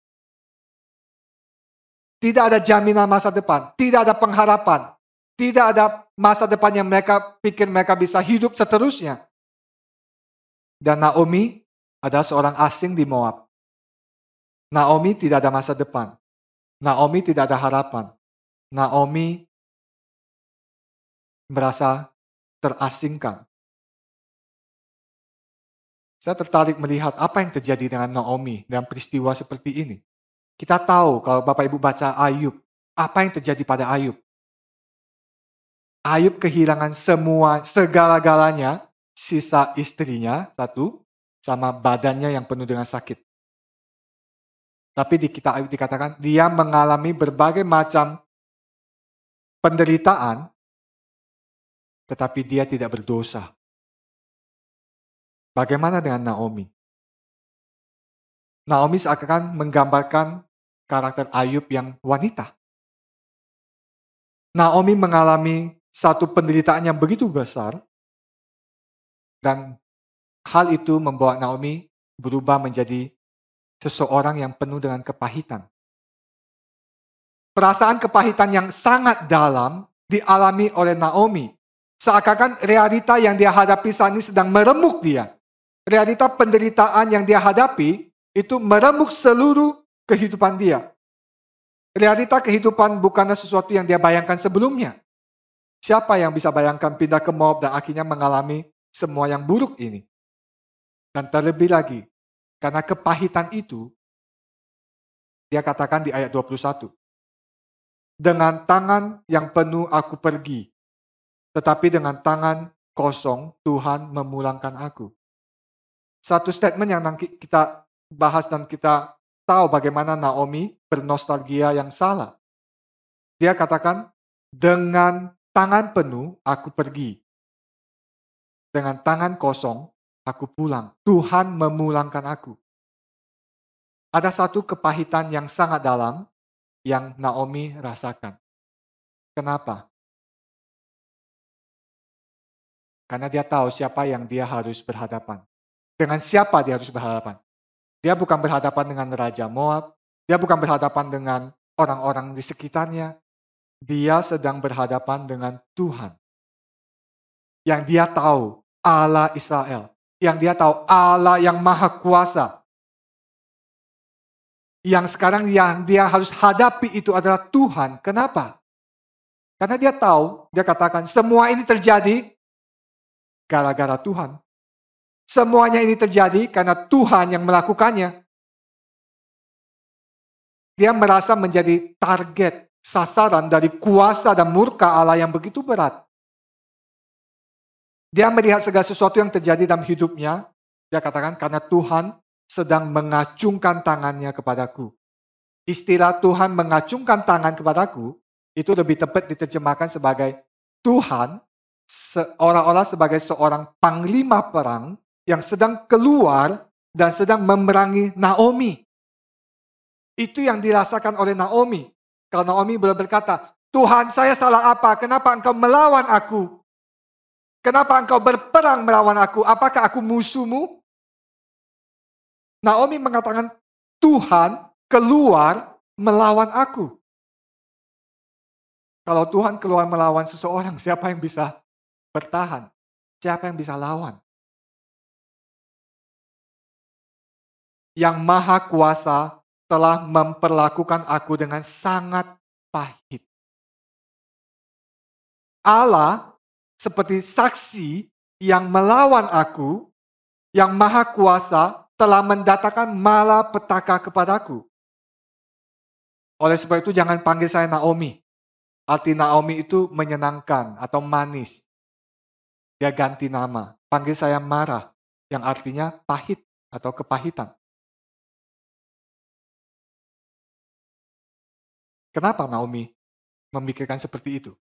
Tidak ada jaminan masa depan, tidak ada pengharapan, tidak ada masa depan yang mereka pikir mereka bisa hidup seterusnya. Dan Naomi adalah seorang asing di Moab. Naomi tidak ada masa depan. Naomi tidak ada harapan. Naomi merasa terasingkan. Saya tertarik melihat apa yang terjadi dengan Naomi dalam peristiwa seperti ini. Kita tahu kalau Bapak Ibu baca Ayub, apa yang terjadi pada Ayub. Ayub kehilangan segala-galanya, sisa istrinya, satu, sama badannya yang penuh dengan sakit. Tapi di kitab Ayub dikatakan, dia mengalami berbagai macam penderitaan, tetapi dia tidak berdosa. Bagaimana dengan Naomi? Naomi seakan menggambarkan karakter Ayub yang wanita. Naomi mengalami satu penderitaan yang begitu besar, dan hal itu membawa Naomi berubah menjadi seseorang yang penuh dengan kepahitan. Perasaan kepahitan yang sangat dalam dialami oleh Naomi. Seakan-akan realita yang dia hadapi saat ini sedang meremuk dia. Realita penderitaan yang dia hadapi itu meremuk seluruh kehidupan dia. Realita kehidupan bukanlah sesuatu yang dia bayangkan sebelumnya. Siapa yang bisa bayangkan pindah ke Moab dan akhirnya mengalami semua yang buruk ini? Dan terlebih lagi, karena kepahitan itu, dia katakan di ayat 21, dengan tangan yang penuh aku pergi, tetapi dengan tangan kosong Tuhan memulangkan aku. Satu statement yang nanti kita bahas dan kita tahu bagaimana Naomi bernostalgia yang salah. Dia katakan, dengan tangan penuh aku pergi. Dengan tangan kosong aku pulang. Tuhan memulangkan aku. Ada satu kepahitan yang sangat dalam yang Naomi rasakan. Kenapa? Karena dia tahu siapa yang dia harus berhadapan. Dengan siapa dia harus berhadapan? Dia bukan berhadapan dengan Raja Moab. Dia bukan berhadapan dengan orang-orang di sekitarnya. Dia sedang berhadapan dengan Tuhan. Yang dia tahu Allah Israel. Yang dia tahu Allah yang Maha Kuasa. Yang sekarang yang dia harus hadapi itu adalah Tuhan. Kenapa? Karena dia tahu, dia katakan semua ini terjadi gara-gara Tuhan. Semuanya ini terjadi karena Tuhan yang melakukannya. Dia merasa menjadi target, sasaran dari kuasa dan murka Allah yang begitu berat. Dia melihat segala sesuatu yang terjadi dalam hidupnya. Dia katakan karena Tuhan sedang mengacungkan tangannya kepadaku. Istilah Tuhan mengacungkan tangan kepadaku itu lebih tepat diterjemahkan sebagai Tuhan seolah-olah sebagai seorang panglima perang yang sedang keluar dan sedang memerangi Naomi. Itu yang dirasakan oleh Naomi. Kalau Naomi boleh berkata, Tuhan saya salah apa? Kenapa engkau melawan aku? Kenapa engkau berperang melawan aku? Apakah aku musuhmu? Naomi mengatakan, Tuhan keluar melawan aku. Kalau Tuhan keluar melawan seseorang, siapa yang bisa bertahan? Siapa yang bisa lawan? Yang Maha Kuasa telah memperlakukan aku dengan sangat pahit. Allah seperti saksi yang melawan aku, yang Maha Kuasa telah mendatangkan malapetaka kepadaku. Oleh sebab itu jangan panggil saya Naomi. Arti Naomi itu menyenangkan atau manis. Dia ganti nama. Panggil saya Mara, yang artinya pahit atau kepahitan. Kenapa Naomi memikirkan seperti itu?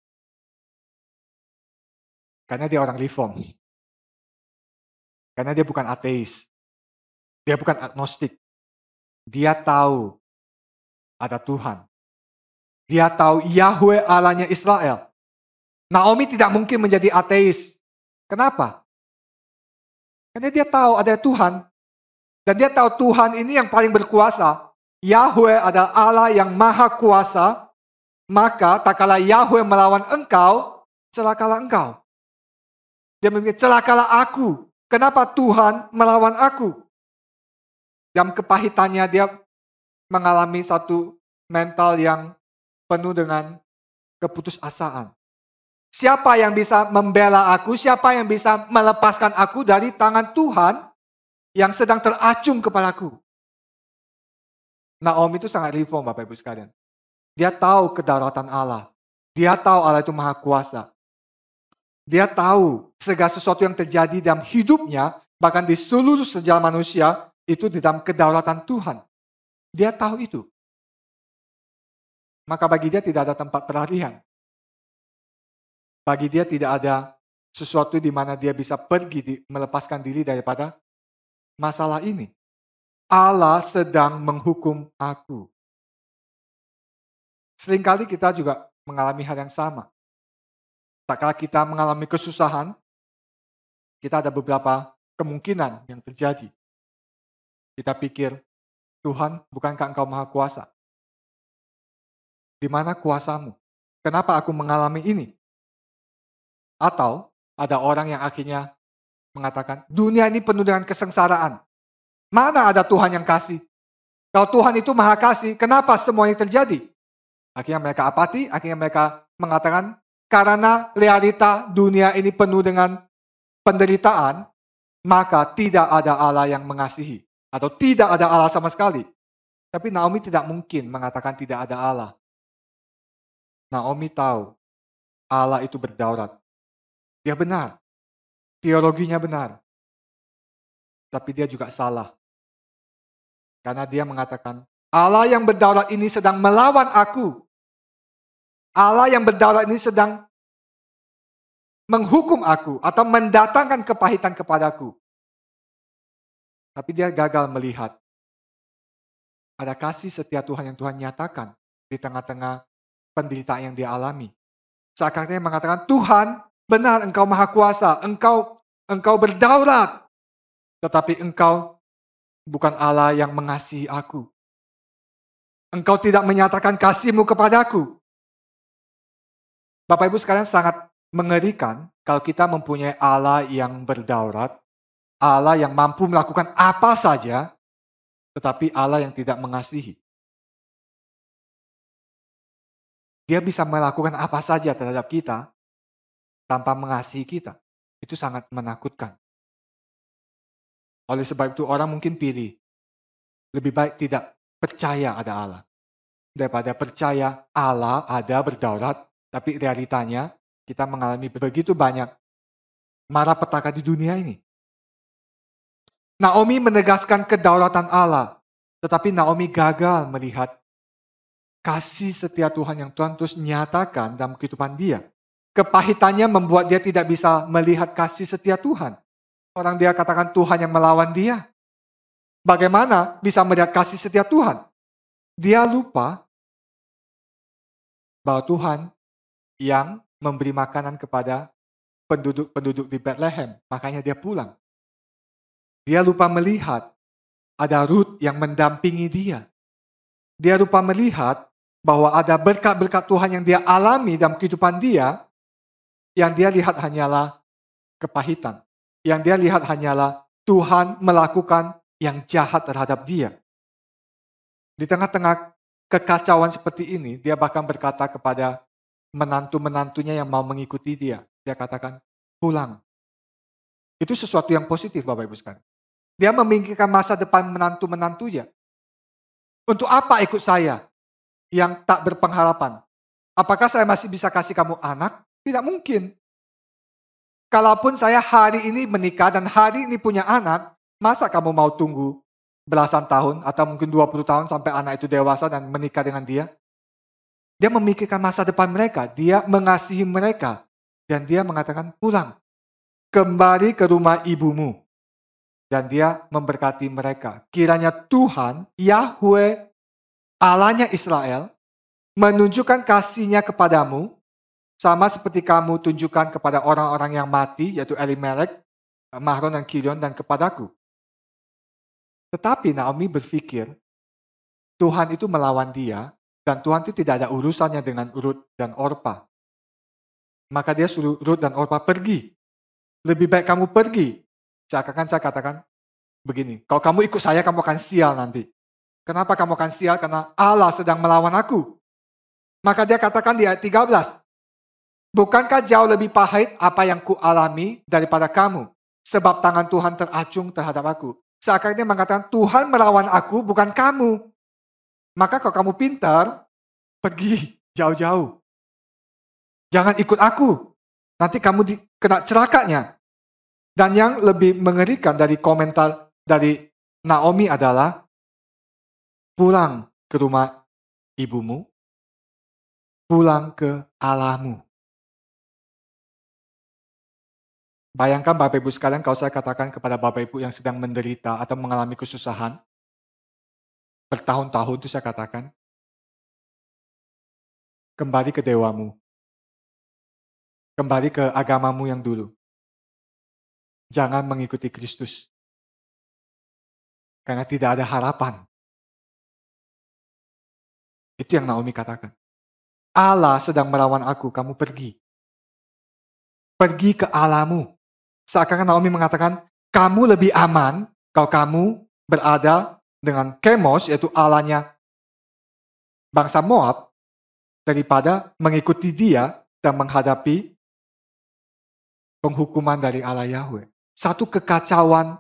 Karena dia orang reform. Karena dia bukan ateis. Dia bukan agnostik. Dia tahu ada Tuhan. Dia tahu Yahweh Allahnya Israel. Naomi tidak mungkin menjadi ateis. Kenapa? Karena dia tahu ada Tuhan. Dan dia tahu Tuhan ini yang paling berkuasa. Yahweh adalah Allah yang maha kuasa. Maka tak kala Yahweh melawan engkau, celakalah engkau. Dia memikir, celakalah aku. Kenapa Tuhan melawan aku? Dalam kepahitannya dia mengalami satu mental yang penuh dengan keputusasaan. Siapa yang bisa membela aku? Siapa yang bisa melepaskan aku dari tangan Tuhan yang sedang teracung kepadaku? Naomi itu sangat reform, Bapak Ibu sekalian. Dia tahu kedaulatan Allah. Dia tahu Allah itu maha kuasa. Dia tahu segala sesuatu yang terjadi dalam hidupnya, bahkan di seluruh sejarah manusia, itu di dalam kedaulatan Tuhan. Dia tahu itu. Maka bagi dia tidak ada tempat pelarian. Bagi dia tidak ada sesuatu di mana dia bisa pergi melepaskan diri daripada masalah ini. Allah sedang menghukum aku. Seringkali kita juga mengalami hal yang sama. Tak kala kita mengalami kesusahan, kita ada beberapa kemungkinan yang terjadi. Kita pikir, Tuhan, bukankah Engkau maha kuasa? Di mana kuasamu? Kenapa aku mengalami ini? Atau ada orang yang akhirnya mengatakan, dunia ini penuh dengan kesengsaraan. Mana ada Tuhan yang kasih? Kalau Tuhan itu maha kasih, kenapa semua ini terjadi? Akhirnya mereka apati, akhirnya mereka mengatakan, karena realita dunia ini penuh dengan penderitaan, maka tidak ada Allah yang mengasihi. Atau tidak ada Allah sama sekali. Tapi Naomi tidak mungkin mengatakan tidak ada Allah. Naomi tahu Allah itu berdaulat. Dia benar. Teologinya benar. Tapi dia juga salah. Karena dia mengatakan, Allah yang berdaulat ini sedang melawan aku. Allah yang berdaulat ini sedang menghukum aku atau mendatangkan kepahitan kepadaku. Tapi dia gagal melihat ada kasih setia Tuhan yang Tuhan nyatakan di tengah-tengah penderitaan yang dia alami. Seakan-akan dia mengatakan, Tuhan, benar Engkau maha kuasa, Engkau berdaulat. Tetapi Engkau bukan Allah yang mengasihi aku. Engkau tidak menyatakan kasih-Mu kepadaku. Bapak Ibu sekalian, sangat mengerikan kalau kita mempunyai Allah yang berdaulat, Allah yang mampu melakukan apa saja, tetapi Allah yang tidak mengasihi. Dia bisa melakukan apa saja terhadap kita tanpa mengasihi kita. Itu sangat menakutkan. Oleh sebab itu orang mungkin pilih lebih baik tidak percaya ada Allah daripada percaya Allah ada berdaulat, tapi realitanya kita mengalami begitu banyak malapetaka di dunia ini. Naomi menegaskan kedaulatan Allah, tetapi Naomi gagal melihat kasih setia Tuhan yang Tuhan terus nyatakan dalam kehidupan dia. Kepahitannya membuat dia tidak bisa melihat kasih setia Tuhan. Orang dia katakan Tuhan yang melawan dia. Bagaimana bisa melihat kasih setia Tuhan? Dia lupa bahwa Tuhan yang memberi makanan kepada penduduk-penduduk di Bethlehem. Makanya dia pulang. Dia lupa melihat ada Ruth yang mendampingi dia. Dia lupa melihat bahwa ada berkat-berkat Tuhan yang dia alami dalam kehidupan dia. Yang dia lihat hanyalah kepahitan. Yang dia lihat hanyalah Tuhan melakukan yang jahat terhadap dia. Di tengah-tengah kekacauan seperti ini, dia bahkan berkata kepada menantu-menantunya yang mau mengikuti dia. Dia katakan, pulang. Itu sesuatu yang positif, Bapak Ibu sekalian. Dia memikirkan masa depan menantu-menantunya. Untuk apa ikut saya? yang tak berpengharapan. Apakah saya masih bisa kasih kamu anak? Tidak mungkin. Kalaupun saya hari ini menikah dan hari ini punya anak, masa kamu mau tunggu belasan tahun atau mungkin 20 tahun sampai anak itu dewasa dan menikah dengan dia? Dia memikirkan masa depan mereka, dia mengasihi mereka. Dan dia mengatakan, pulang, kembali ke rumah ibumu. Dan dia memberkati mereka. Kiranya Tuhan, Yahweh, Allahnya Israel, menunjukkan kasih-Nya kepadamu, sama seperti kamu tunjukkan kepada orang-orang yang mati, yaitu Elimelek, Mahlon dan Kilion, dan kepadaku. Tetapi Naomi berpikir, Tuhan itu melawan dia, dan Tuhan itu tidak ada urusannya dengan Rut dan Orpa. Maka dia suruh Rut dan Orpa pergi. Lebih baik kamu pergi. Seakan-akan saya katakan begini, kalau kamu ikut saya, kamu akan sial nanti. Kenapa kamu akan sial? Karena Allah sedang melawan aku. Maka dia katakan di ayat 13, bukankah jauh lebih pahit apa yang kualami daripada kamu? Sebab tangan Tuhan teracung terhadap aku. Seakan dia mengatakan, Tuhan melawan aku, bukan kamu. Maka kalau kamu pintar, pergi jauh-jauh. Jangan ikut aku. Nanti kamu kena celakanya. Dan yang lebih mengerikan dari komentar dari Naomi adalah, pulang ke rumah ibumu, pulang ke Allahmu. Bayangkan Bapak Ibu sekalian, kalau saya katakan kepada Bapak Ibu yang sedang menderita atau mengalami kesusahan, bertahun-tahun itu saya katakan, kembali ke dewamu. Kembali ke agamamu yang dulu. Jangan mengikuti Kristus. Karena tidak ada harapan. Itu yang Naomi katakan. Allah sedang melawan aku, kamu pergi. Pergi ke Allahmu. Seakan-akan Naomi mengatakan, kamu lebih aman kalau kamu berada dengan Kemos, yaitu Allahnya bangsa Moab, daripada mengikuti dia dan menghadapi penghukuman dari Allah Yahweh. Satu kekacauan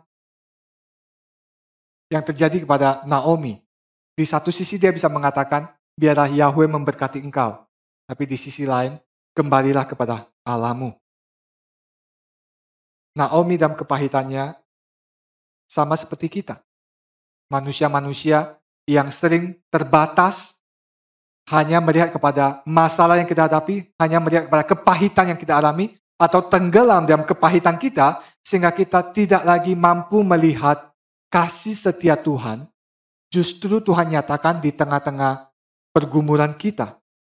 yang terjadi kepada Naomi. Di satu sisi dia bisa mengatakan, biarlah Yahweh memberkati engkau. Tapi di sisi lain, kembalilah kepada Allahmu. Naomi dalam kepahitannya sama seperti kita. Manusia-manusia yang sering terbatas, hanya melihat kepada masalah yang kita hadapi, hanya melihat kepada kepahitan yang kita alami, atau tenggelam dalam kepahitan kita, sehingga kita tidak lagi mampu melihat kasih setia Tuhan. Justru Tuhan nyatakan di tengah-tengah pergumulan kita.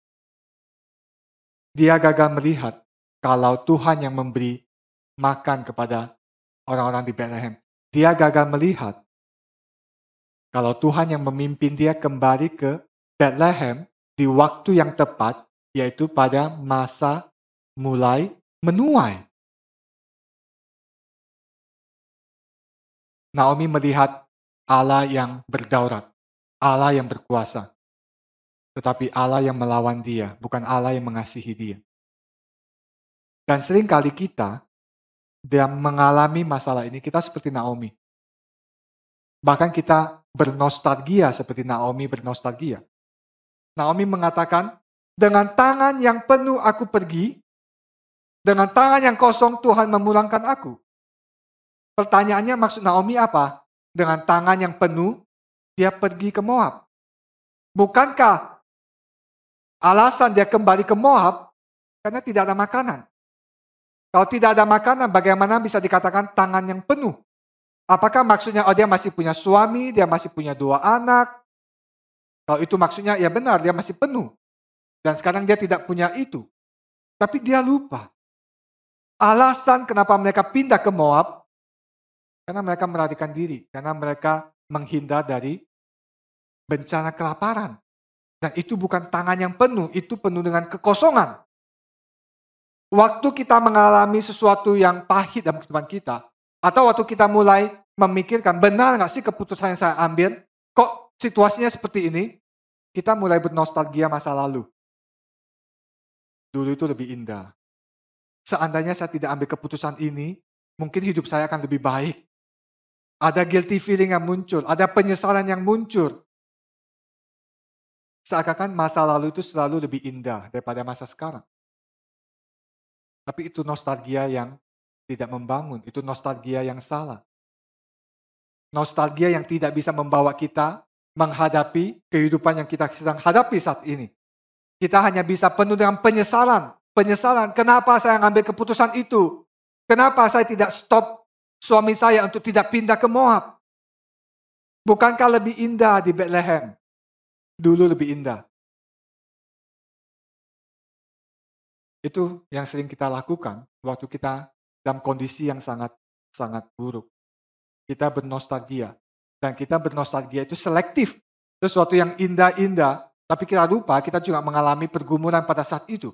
Dia gagal melihat kalau Tuhan yang memberi makan kepada orang-orang di Bethlehem. Dia gagal melihat kalau Tuhan yang memimpin dia kembali ke Bethlehem di waktu yang tepat, yaitu pada masa mulai menuai. Naomi melihat Allah yang berdaulat, Allah yang berkuasa. Tetapi Allah yang melawan dia, bukan Allah yang mengasihi dia. Dan seringkali kita dalam mengalami masalah ini, kita seperti Naomi. Bahkan kita bernostalgia seperti Naomi bernostalgia. Naomi mengatakan, dengan tangan yang penuh aku pergi, dengan tangan yang kosong Tuhan memulangkan aku. Pertanyaannya maksud Naomi apa? Dengan tangan yang penuh, dia pergi ke Moab. Bukankah alasan dia kembali ke Moab karena tidak ada makanan? Kalau tidak ada makanan, bagaimana bisa dikatakan tangan yang penuh? Apakah maksudnya dia masih punya suami, dia masih punya 2 anak? Kalau itu maksudnya, ya benar, dia masih penuh. Dan sekarang dia tidak punya itu. Tapi dia lupa. Alasan kenapa mereka pindah ke Moab, karena mereka melarikan diri. Karena mereka menghindar dari bencana kelaparan. Dan itu bukan tangan yang penuh, itu penuh dengan kekosongan. Waktu kita mengalami sesuatu yang pahit dalam kehidupan kita, atau waktu kita mulai memikirkan, benar nggak sih keputusan yang saya ambil? Kok situasinya seperti ini? Kita mulai bernostalgia masa lalu. Dulu itu lebih indah. Seandainya saya tidak ambil keputusan ini, mungkin hidup saya akan lebih baik. Ada guilty feeling yang muncul, ada penyesalan yang muncul. Seakan-akan masa lalu itu selalu lebih indah daripada masa sekarang. Tapi itu nostalgia yang tidak membangun, itu nostalgia yang salah. Nostalgia yang tidak bisa membawa kita menghadapi kehidupan yang kita sedang hadapi saat ini. Kita hanya bisa penuh dengan penyesalan. Penyesalan, kenapa saya ngambil keputusan itu? Kenapa saya tidak stop suami saya untuk tidak pindah ke Moab? Bukankah lebih indah di Bethlehem? Dulu lebih indah. Itu yang sering kita lakukan waktu kita dalam kondisi yang sangat sangat buruk. Kita bernostalgia. Dan kita bernostalgia itu selektif. Sesuatu yang indah-indah, tapi kita lupa kita juga mengalami pergumulan pada saat itu.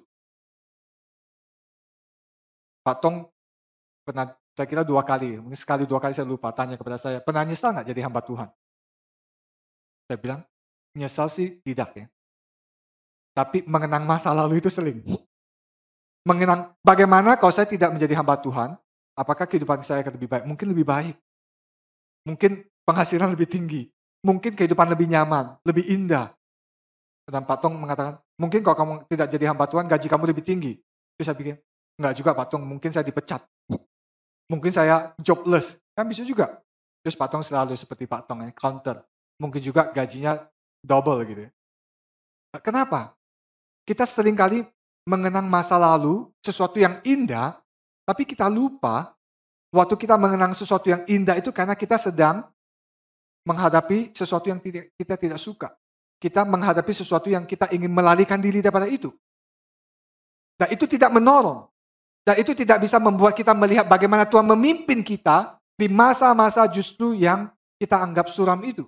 Pak Tong pernah, saya kira 2 kali, mungkin sekali 2 kali saya lupa, tanya kepada saya, "Pernah nyesal nggak jadi hamba Tuhan?" Saya bilang, "Nyesal sih tidak ya, tapi mengenang masa lalu itu sering." Mengenang bagaimana kalau saya tidak menjadi hamba Tuhan, apakah kehidupan saya akan lebih baik? Mungkin lebih baik. Mungkin penghasilan lebih tinggi. Mungkin kehidupan lebih nyaman, lebih indah. Dan Pak Tong mengatakan, "Mungkin kalau kamu tidak jadi hamba Tuhan, gaji kamu lebih tinggi." Terus saya pikir, "Enggak juga Pak Tong, mungkin saya dipecat. Mungkin saya jobless." Kan bisa juga. Terus Pak Tong selalu seperti Pak Tong ya, counter. Mungkin juga gajinya double gitu ya. Kenapa? Kita seringkali mengenang masa lalu, sesuatu yang indah, tapi kita lupa waktu kita mengenang sesuatu yang indah itu karena kita sedang menghadapi sesuatu yang kita tidak suka. Kita menghadapi sesuatu yang kita ingin melarikan diri daripada itu. Dan itu tidak menolong. Dan itu tidak bisa membuat kita melihat bagaimana Tuhan memimpin kita di masa-masa justru yang kita anggap suram itu.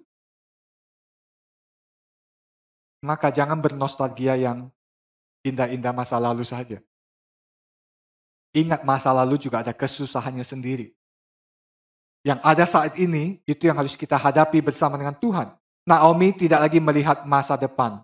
Maka jangan bernostalgia yang indah-indah masa lalu saja. Ingat masa lalu juga ada kesusahannya sendiri. Yang ada saat ini, itu yang harus kita hadapi bersama dengan Tuhan. Naomi tidak lagi melihat masa depan.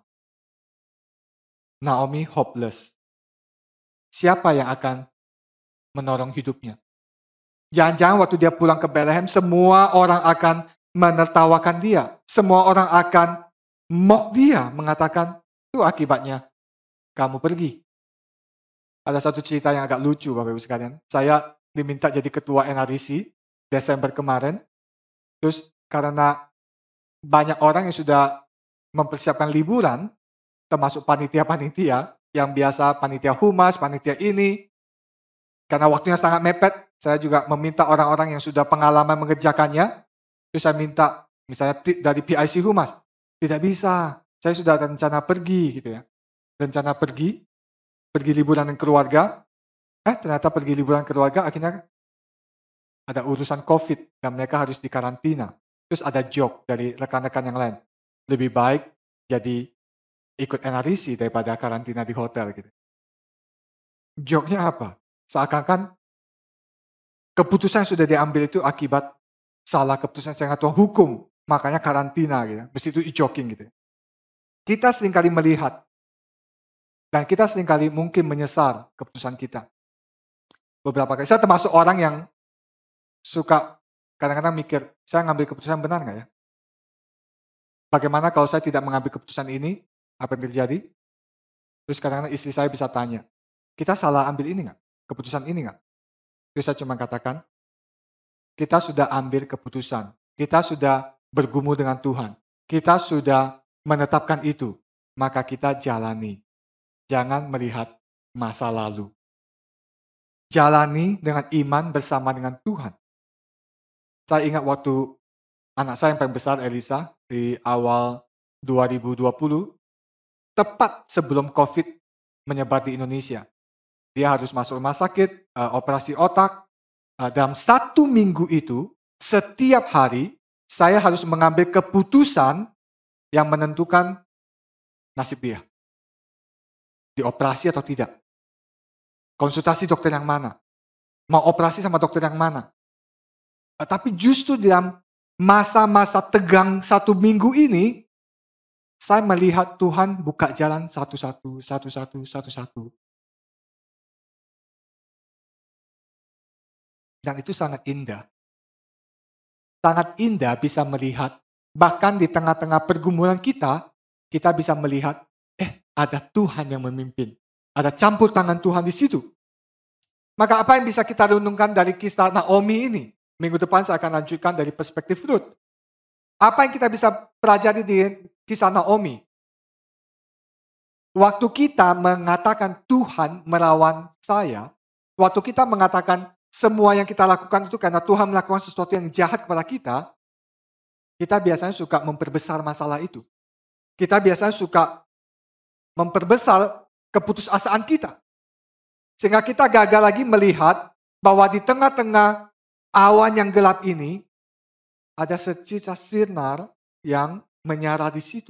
Naomi hopeless. Siapa yang akan menolong hidupnya? Jangan-jangan waktu dia pulang ke Bethlehem, semua orang akan menertawakan dia. Semua orang akan mock dia, mengatakan, itu akibatnya kamu pergi. Ada satu cerita yang agak lucu Bapak Ibu sekalian. Saya diminta jadi ketua NRIC Desember kemarin. Terus karena banyak orang yang sudah mempersiapkan liburan, termasuk panitia-panitia, yang biasa panitia humas, panitia ini, karena waktunya sangat mepet, saya juga meminta orang-orang yang sudah pengalaman mengerjakannya, terus saya minta, misalnya dari PIC humas, tidak bisa, saya sudah ada rencana pergi, gitu ya. Rencana pergi liburan dengan keluarga, ternyata pergi liburan keluarga, akhirnya ada urusan COVID, dan mereka harus dikarantina. Terus ada joke dari rekan-rekan yang lain, lebih baik jadi ikut NRIC daripada karantina di hotel gitu. Joke-nya apa? Seakan-akan keputusan yang sudah diambil itu akibat salah keputusan saya atau hukum, makanya karantina gitu. Mesti itu joking gitu. Kita seringkali melihat dan kita seringkali mungkin menyesal keputusan kita. Beberapa kali saya termasuk orang yang suka kadang-kadang mikir, saya ngambil keputusan benar nggak ya? Bagaimana kalau saya tidak mengambil keputusan ini, apa yang terjadi? Terus kadang-kadang istri saya bisa tanya, kita salah ambil ini nggak? Keputusan ini nggak? Terus saya cuma katakan, kita sudah ambil keputusan. Kita sudah bergumul dengan Tuhan. Kita sudah menetapkan itu. Maka kita jalani. Jangan melihat masa lalu. Jalani dengan iman bersama dengan Tuhan. Saya ingat waktu anak saya yang paling besar, Elisa, di awal 2020, tepat sebelum COVID menyebar di Indonesia. Dia harus masuk rumah sakit, operasi otak. Dalam 1 minggu itu, setiap hari, saya harus mengambil keputusan yang menentukan nasib dia. Dioperasi atau tidak. Konsultasi dokter yang mana. Mau operasi sama dokter yang mana. Tapi justru dalam masa-masa tegang 1 minggu ini, saya melihat Tuhan buka jalan satu-satu. Dan itu sangat indah. Sangat indah bisa melihat, bahkan di tengah-tengah pergumulan kita, kita bisa melihat, ada Tuhan yang memimpin. Ada campur tangan Tuhan di situ. Maka apa yang bisa kita renungkan dari kisah Naomi ini? Minggu depan saya akan lanjutkan dari perspektif Ruth. Apa yang kita bisa pelajari di kisah Naomi? Waktu kita mengatakan Tuhan melawan saya, waktu kita mengatakan semua yang kita lakukan itu karena Tuhan melakukan sesuatu yang jahat kepada kita biasanya suka memperbesar masalah itu. Kita biasanya suka memperbesar keputusasaan kita. Sehingga kita gagal lagi melihat bahwa di tengah-tengah awan yang gelap ini, ada secisa sinar yang menyala di situ.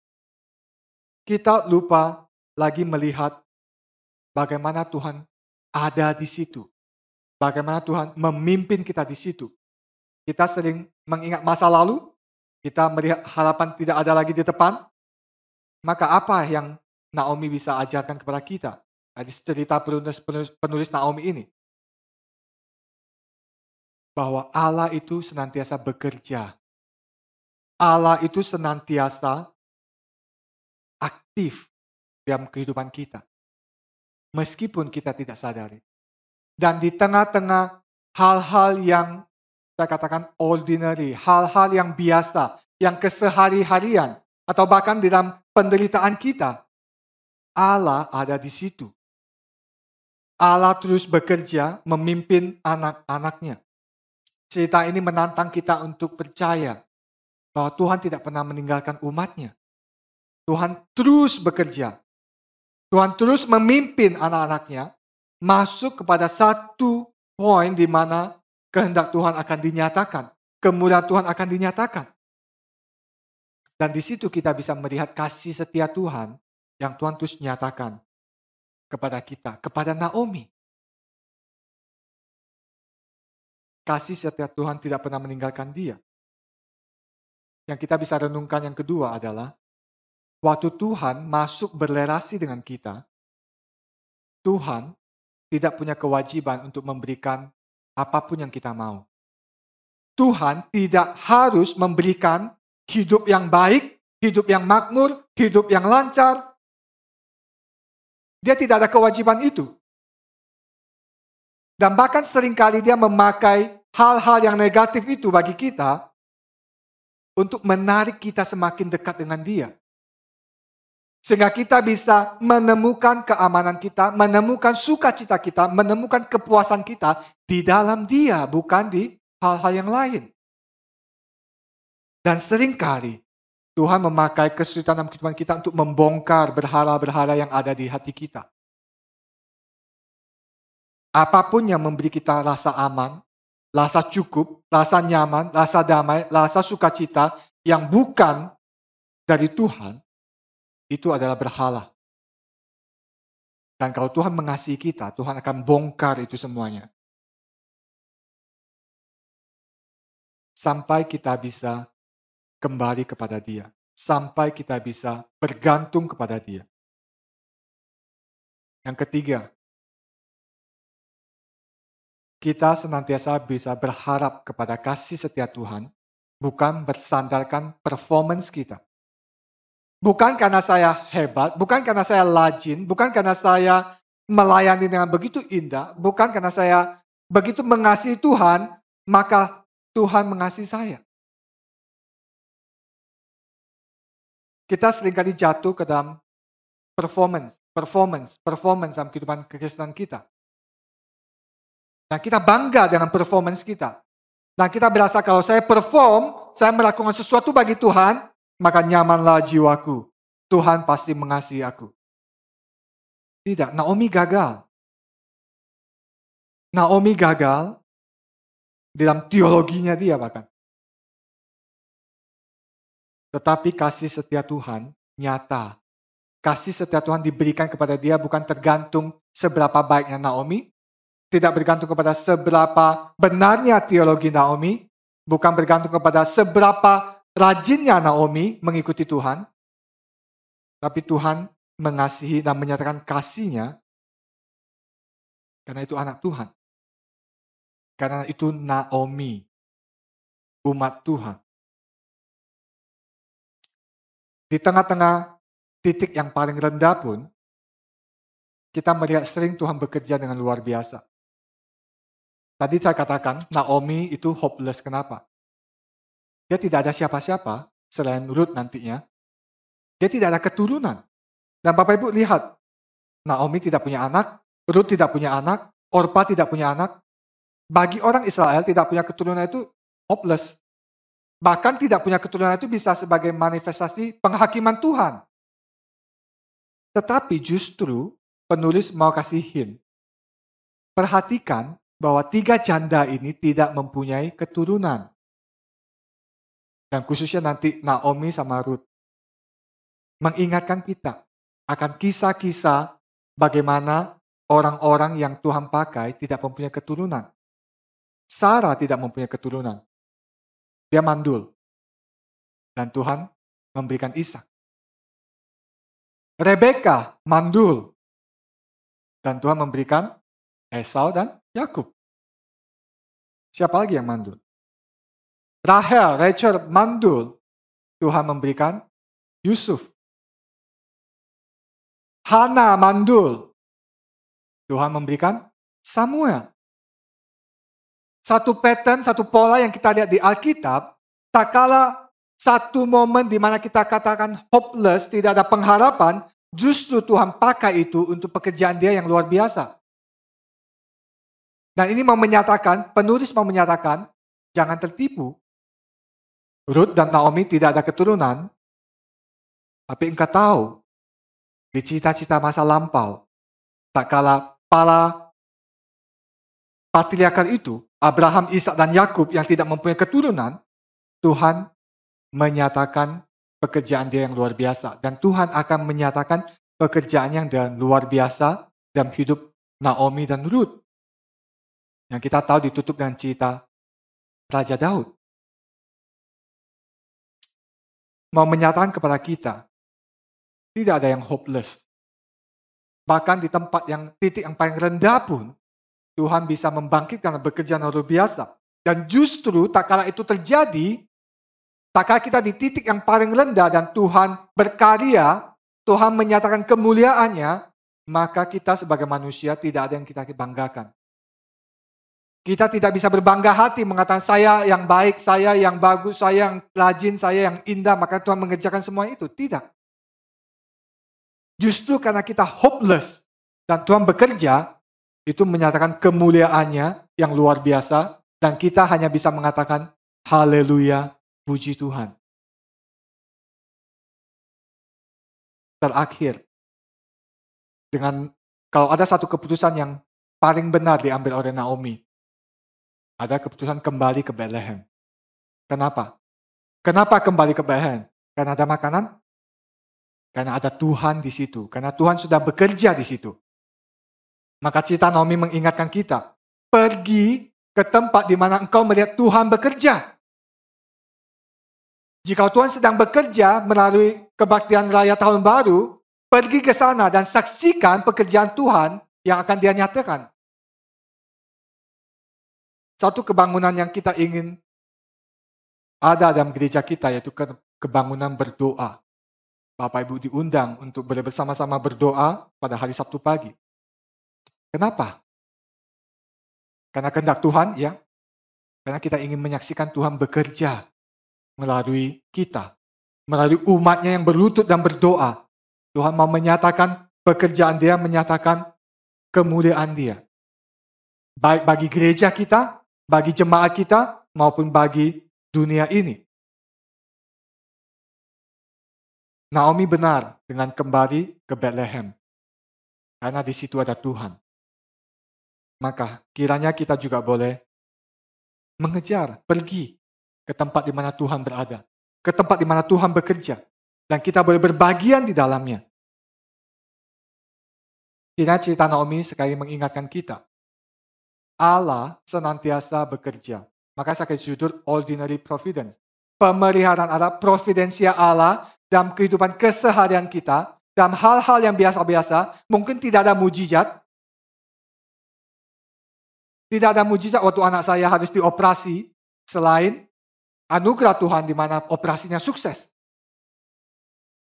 Kita lupa lagi melihat bagaimana Tuhan ada di situ. Bagaimana Tuhan memimpin kita di situ. Kita sering mengingat masa lalu, kita melihat harapan tidak ada lagi di depan. Maka apa yang Naomi bisa ajarkan kepada kita? Dari cerita penulis Naomi ini. Bahwa Allah itu senantiasa bekerja. Allah itu senantiasa aktif dalam kehidupan kita. Meskipun kita tidak sadari. Dan di tengah-tengah hal-hal yang saya katakan ordinary, hal-hal yang biasa, yang kesehari-harian, atau bahkan di dalam penderitaan kita, Allah ada di situ. Allah terus bekerja memimpin anak-anaknya. Cerita ini menantang kita untuk percaya bahwa Tuhan tidak pernah meninggalkan umatnya. Tuhan terus bekerja. Tuhan terus memimpin anak-anaknya masuk kepada satu poin di mana kehendak Tuhan akan dinyatakan. Kemuliaan Tuhan akan dinyatakan. Dan di situ kita bisa melihat kasih setia Tuhan yang Tuhan terus nyatakan kepada kita, kepada Naomi. Kasih setia Tuhan tidak pernah meninggalkan dia. Yang kita bisa renungkan yang kedua adalah, waktu Tuhan masuk berrelasi dengan kita, Tuhan tidak punya kewajiban untuk memberikan apapun yang kita mau. Tuhan tidak harus memberikan hidup yang baik, hidup yang makmur, hidup yang lancar. Dia tidak ada kewajiban itu. Dan bahkan seringkali dia memakai hal-hal yang negatif itu bagi kita untuk menarik kita semakin dekat dengan dia. Sehingga kita bisa menemukan keamanan kita, menemukan sukacita kita, menemukan kepuasan kita di dalam dia, bukan di hal-hal yang lain. Dan seringkali Tuhan memakai kesulitan dalam kehidupan kita untuk membongkar berhala-berhala yang ada di hati kita. Apapun yang memberi kita rasa aman, rasa cukup, rasa nyaman, rasa damai, rasa sukacita yang bukan dari Tuhan, itu adalah berhala. Dan kalau Tuhan mengasihi kita, Tuhan akan bongkar itu semuanya. Sampai kita bisa kembali kepada dia. Sampai kita bisa bergantung kepada dia. Yang ketiga, kita senantiasa bisa berharap kepada kasih setia Tuhan, bukan bersandarkan performance kita. Bukan karena saya hebat, bukan karena saya rajin, bukan karena saya melayani dengan begitu indah, bukan karena saya begitu mengasihi Tuhan, maka Tuhan mengasihi saya. Kita seringkali jatuh ke dalam performance dalam kehidupan kekristenan kita. Nah, kita bangga dengan performance kita. Nah, kita berasa kalau saya perform, saya melakukan sesuatu bagi Tuhan, maka nyamanlah jiwaku. Tuhan pasti mengasihi aku. Tidak, Naomi gagal. Naomi gagal dalam teologinya dia bahkan. Tetapi kasih setia Tuhan nyata. Kasih setia Tuhan diberikan kepada dia bukan tergantung seberapa baiknya Naomi, tidak bergantung kepada seberapa benarnya teologi Naomi, bukan bergantung kepada seberapa rajinnya Naomi mengikuti Tuhan, tapi Tuhan mengasihi dan menyatakan kasih-Nya karena itu anak Tuhan. Karena itu Naomi, umat Tuhan. Di tengah-tengah titik yang paling rendah pun, kita melihat sering Tuhan bekerja dengan luar biasa. Tadi saya katakan, Naomi itu hopeless. Kenapa? Dia tidak ada siapa-siapa selain Ruth nantinya. Dia tidak ada keturunan. Dan Bapak Ibu lihat, Naomi tidak punya anak, Ruth tidak punya anak, Orpa tidak punya anak. Bagi orang Israel tidak punya keturunan itu hopeless. Bahkan tidak punya keturunan itu bisa sebagai manifestasi penghakiman Tuhan. Tetapi justru penulis mau kasih hint. Perhatikan bahwa 3 janda ini tidak mempunyai keturunan. Dan khususnya nanti Naomi sama Ruth. Mengingatkan kita akan kisah-kisah bagaimana orang-orang yang Tuhan pakai tidak mempunyai keturunan. Sarah tidak mempunyai keturunan. Dia mandul. Dan Tuhan memberikan Ishak. Rebeka mandul. Dan Tuhan memberikan Esau dan Yakub. Siapa lagi yang mandul? Rachel mandul. Tuhan memberikan Yusuf. Hana mandul. Tuhan memberikan Samuel. Satu pattern, satu pola yang kita lihat di Alkitab, tak kala satu momen di mana kita katakan hopeless, tidak ada pengharapan, justru Tuhan pakai itu untuk pekerjaan Dia yang luar biasa. Dan ini mau menyatakan, penulis mau menyatakan, jangan tertipu. Ruth dan Naomi tidak ada keturunan, tapi engkau tahu, di cita-cita masa lampau, tak kala para patriarkal itu, Abraham, Ishak, dan Yakub yang tidak mempunyai keturunan, Tuhan menyatakan pekerjaan Dia yang luar biasa. Dan Tuhan akan menyatakan pekerjaan yang luar biasa dalam hidup Naomi dan Ruth. Yang kita tahu ditutup dengan cerita Raja Daud. Mau menyatakan kepada kita, tidak ada yang hopeless. Bahkan di tempat yang titik yang paling rendah pun, Tuhan bisa membangkitkan dan bekerja luar biasa. Dan justru tak kala itu terjadi, tak kala kita di titik yang paling rendah dan Tuhan berkarya, Tuhan menyatakan kemuliaannya, maka kita sebagai manusia tidak ada yang kita banggakan. Kita tidak bisa berbangga hati mengatakan saya yang baik, saya yang bagus, saya yang rajin, saya yang indah, maka Tuhan mengerjakan semua itu. Tidak. Justru karena kita hopeless dan Tuhan bekerja, itu menyatakan kemuliaannya yang luar biasa dan kita hanya bisa mengatakan haleluya, puji Tuhan. Terakhir, kalau ada satu keputusan yang paling benar diambil oleh Naomi, ada keputusan kembali ke Bethlehem. Kenapa? Kenapa kembali ke Bethlehem? Karena ada makanan? Karena ada Tuhan di situ. Karena Tuhan sudah bekerja di situ. Maka cerita Naomi mengingatkan kita, pergi ke tempat di mana engkau melihat Tuhan bekerja. Jika Tuhan sedang bekerja melalui kebaktian raya tahun baru, pergi ke sana dan saksikan pekerjaan Tuhan yang akan Dia nyatakan. Satu kebangunan yang kita ingin ada dalam gereja kita, yaitu kebangunan berdoa. Bapak Ibu diundang untuk bersama-sama berdoa pada hari Sabtu pagi. Kenapa? Karena kehendak Tuhan, ya. Karena kita ingin menyaksikan Tuhan bekerja melalui kita. Melalui umatnya yang berlutut dan berdoa. Tuhan mau menyatakan pekerjaan Dia, menyatakan kemuliaan Dia. Baik bagi gereja kita, bagi jemaat kita, maupun bagi dunia ini. Naomi benar dengan kembali ke Bethlehem. Karena di situ ada Tuhan. Maka kiranya kita juga boleh mengejar, pergi ke tempat di mana Tuhan berada. Ke tempat di mana Tuhan bekerja. Dan kita boleh berbagian di dalamnya. Kiranya cerita Naomi sekali mengingatkan kita. Allah senantiasa bekerja. Maka saya kasih judul Ordinary Providence. Pemeliharaan Allah, providensia Allah dalam kehidupan keseharian kita. Dalam hal-hal yang biasa-biasa. Mungkin tidak ada mujizat. Tidak ada mujizat waktu anak saya harus dioperasi. Selain anugerah Tuhan di mana operasinya sukses.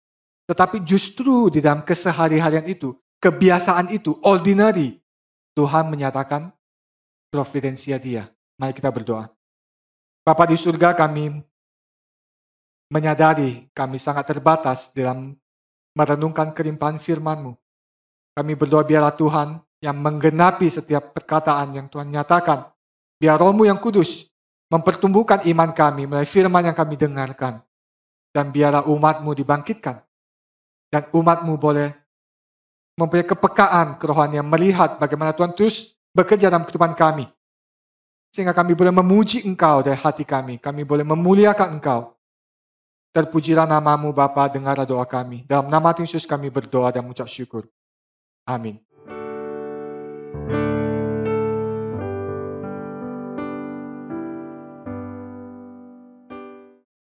Tetapi justru di dalam kesehari-harian itu, kebiasaan itu, ordinary, Tuhan menyatakan providensia Dia. Mari kita berdoa. Bapa di surga, kami menyadari kami sangat terbatas dalam merenungkan kelimpahan firman-Mu. Kami berdoa biarlah Tuhan yang menggenapi setiap perkataan yang Tuhan nyatakan. Biar Roh-Mu yang kudus mempertumbuhkan iman kami melalui firman yang kami dengarkan. Dan biarlah umat-Mu dibangkitkan. Dan umat-Mu boleh mempunyai kepekaan kerohanian melihat bagaimana Tuhan terus bekerja dalam kehidupan kami. Sehingga kami boleh memuji Engkau dari hati kami. Kami boleh memuliakan Engkau. Terpujilah nama-Mu Bapa, dengarlah doa kami. Dalam nama Tuhan Yesus kami berdoa dan mengucap syukur. Amin.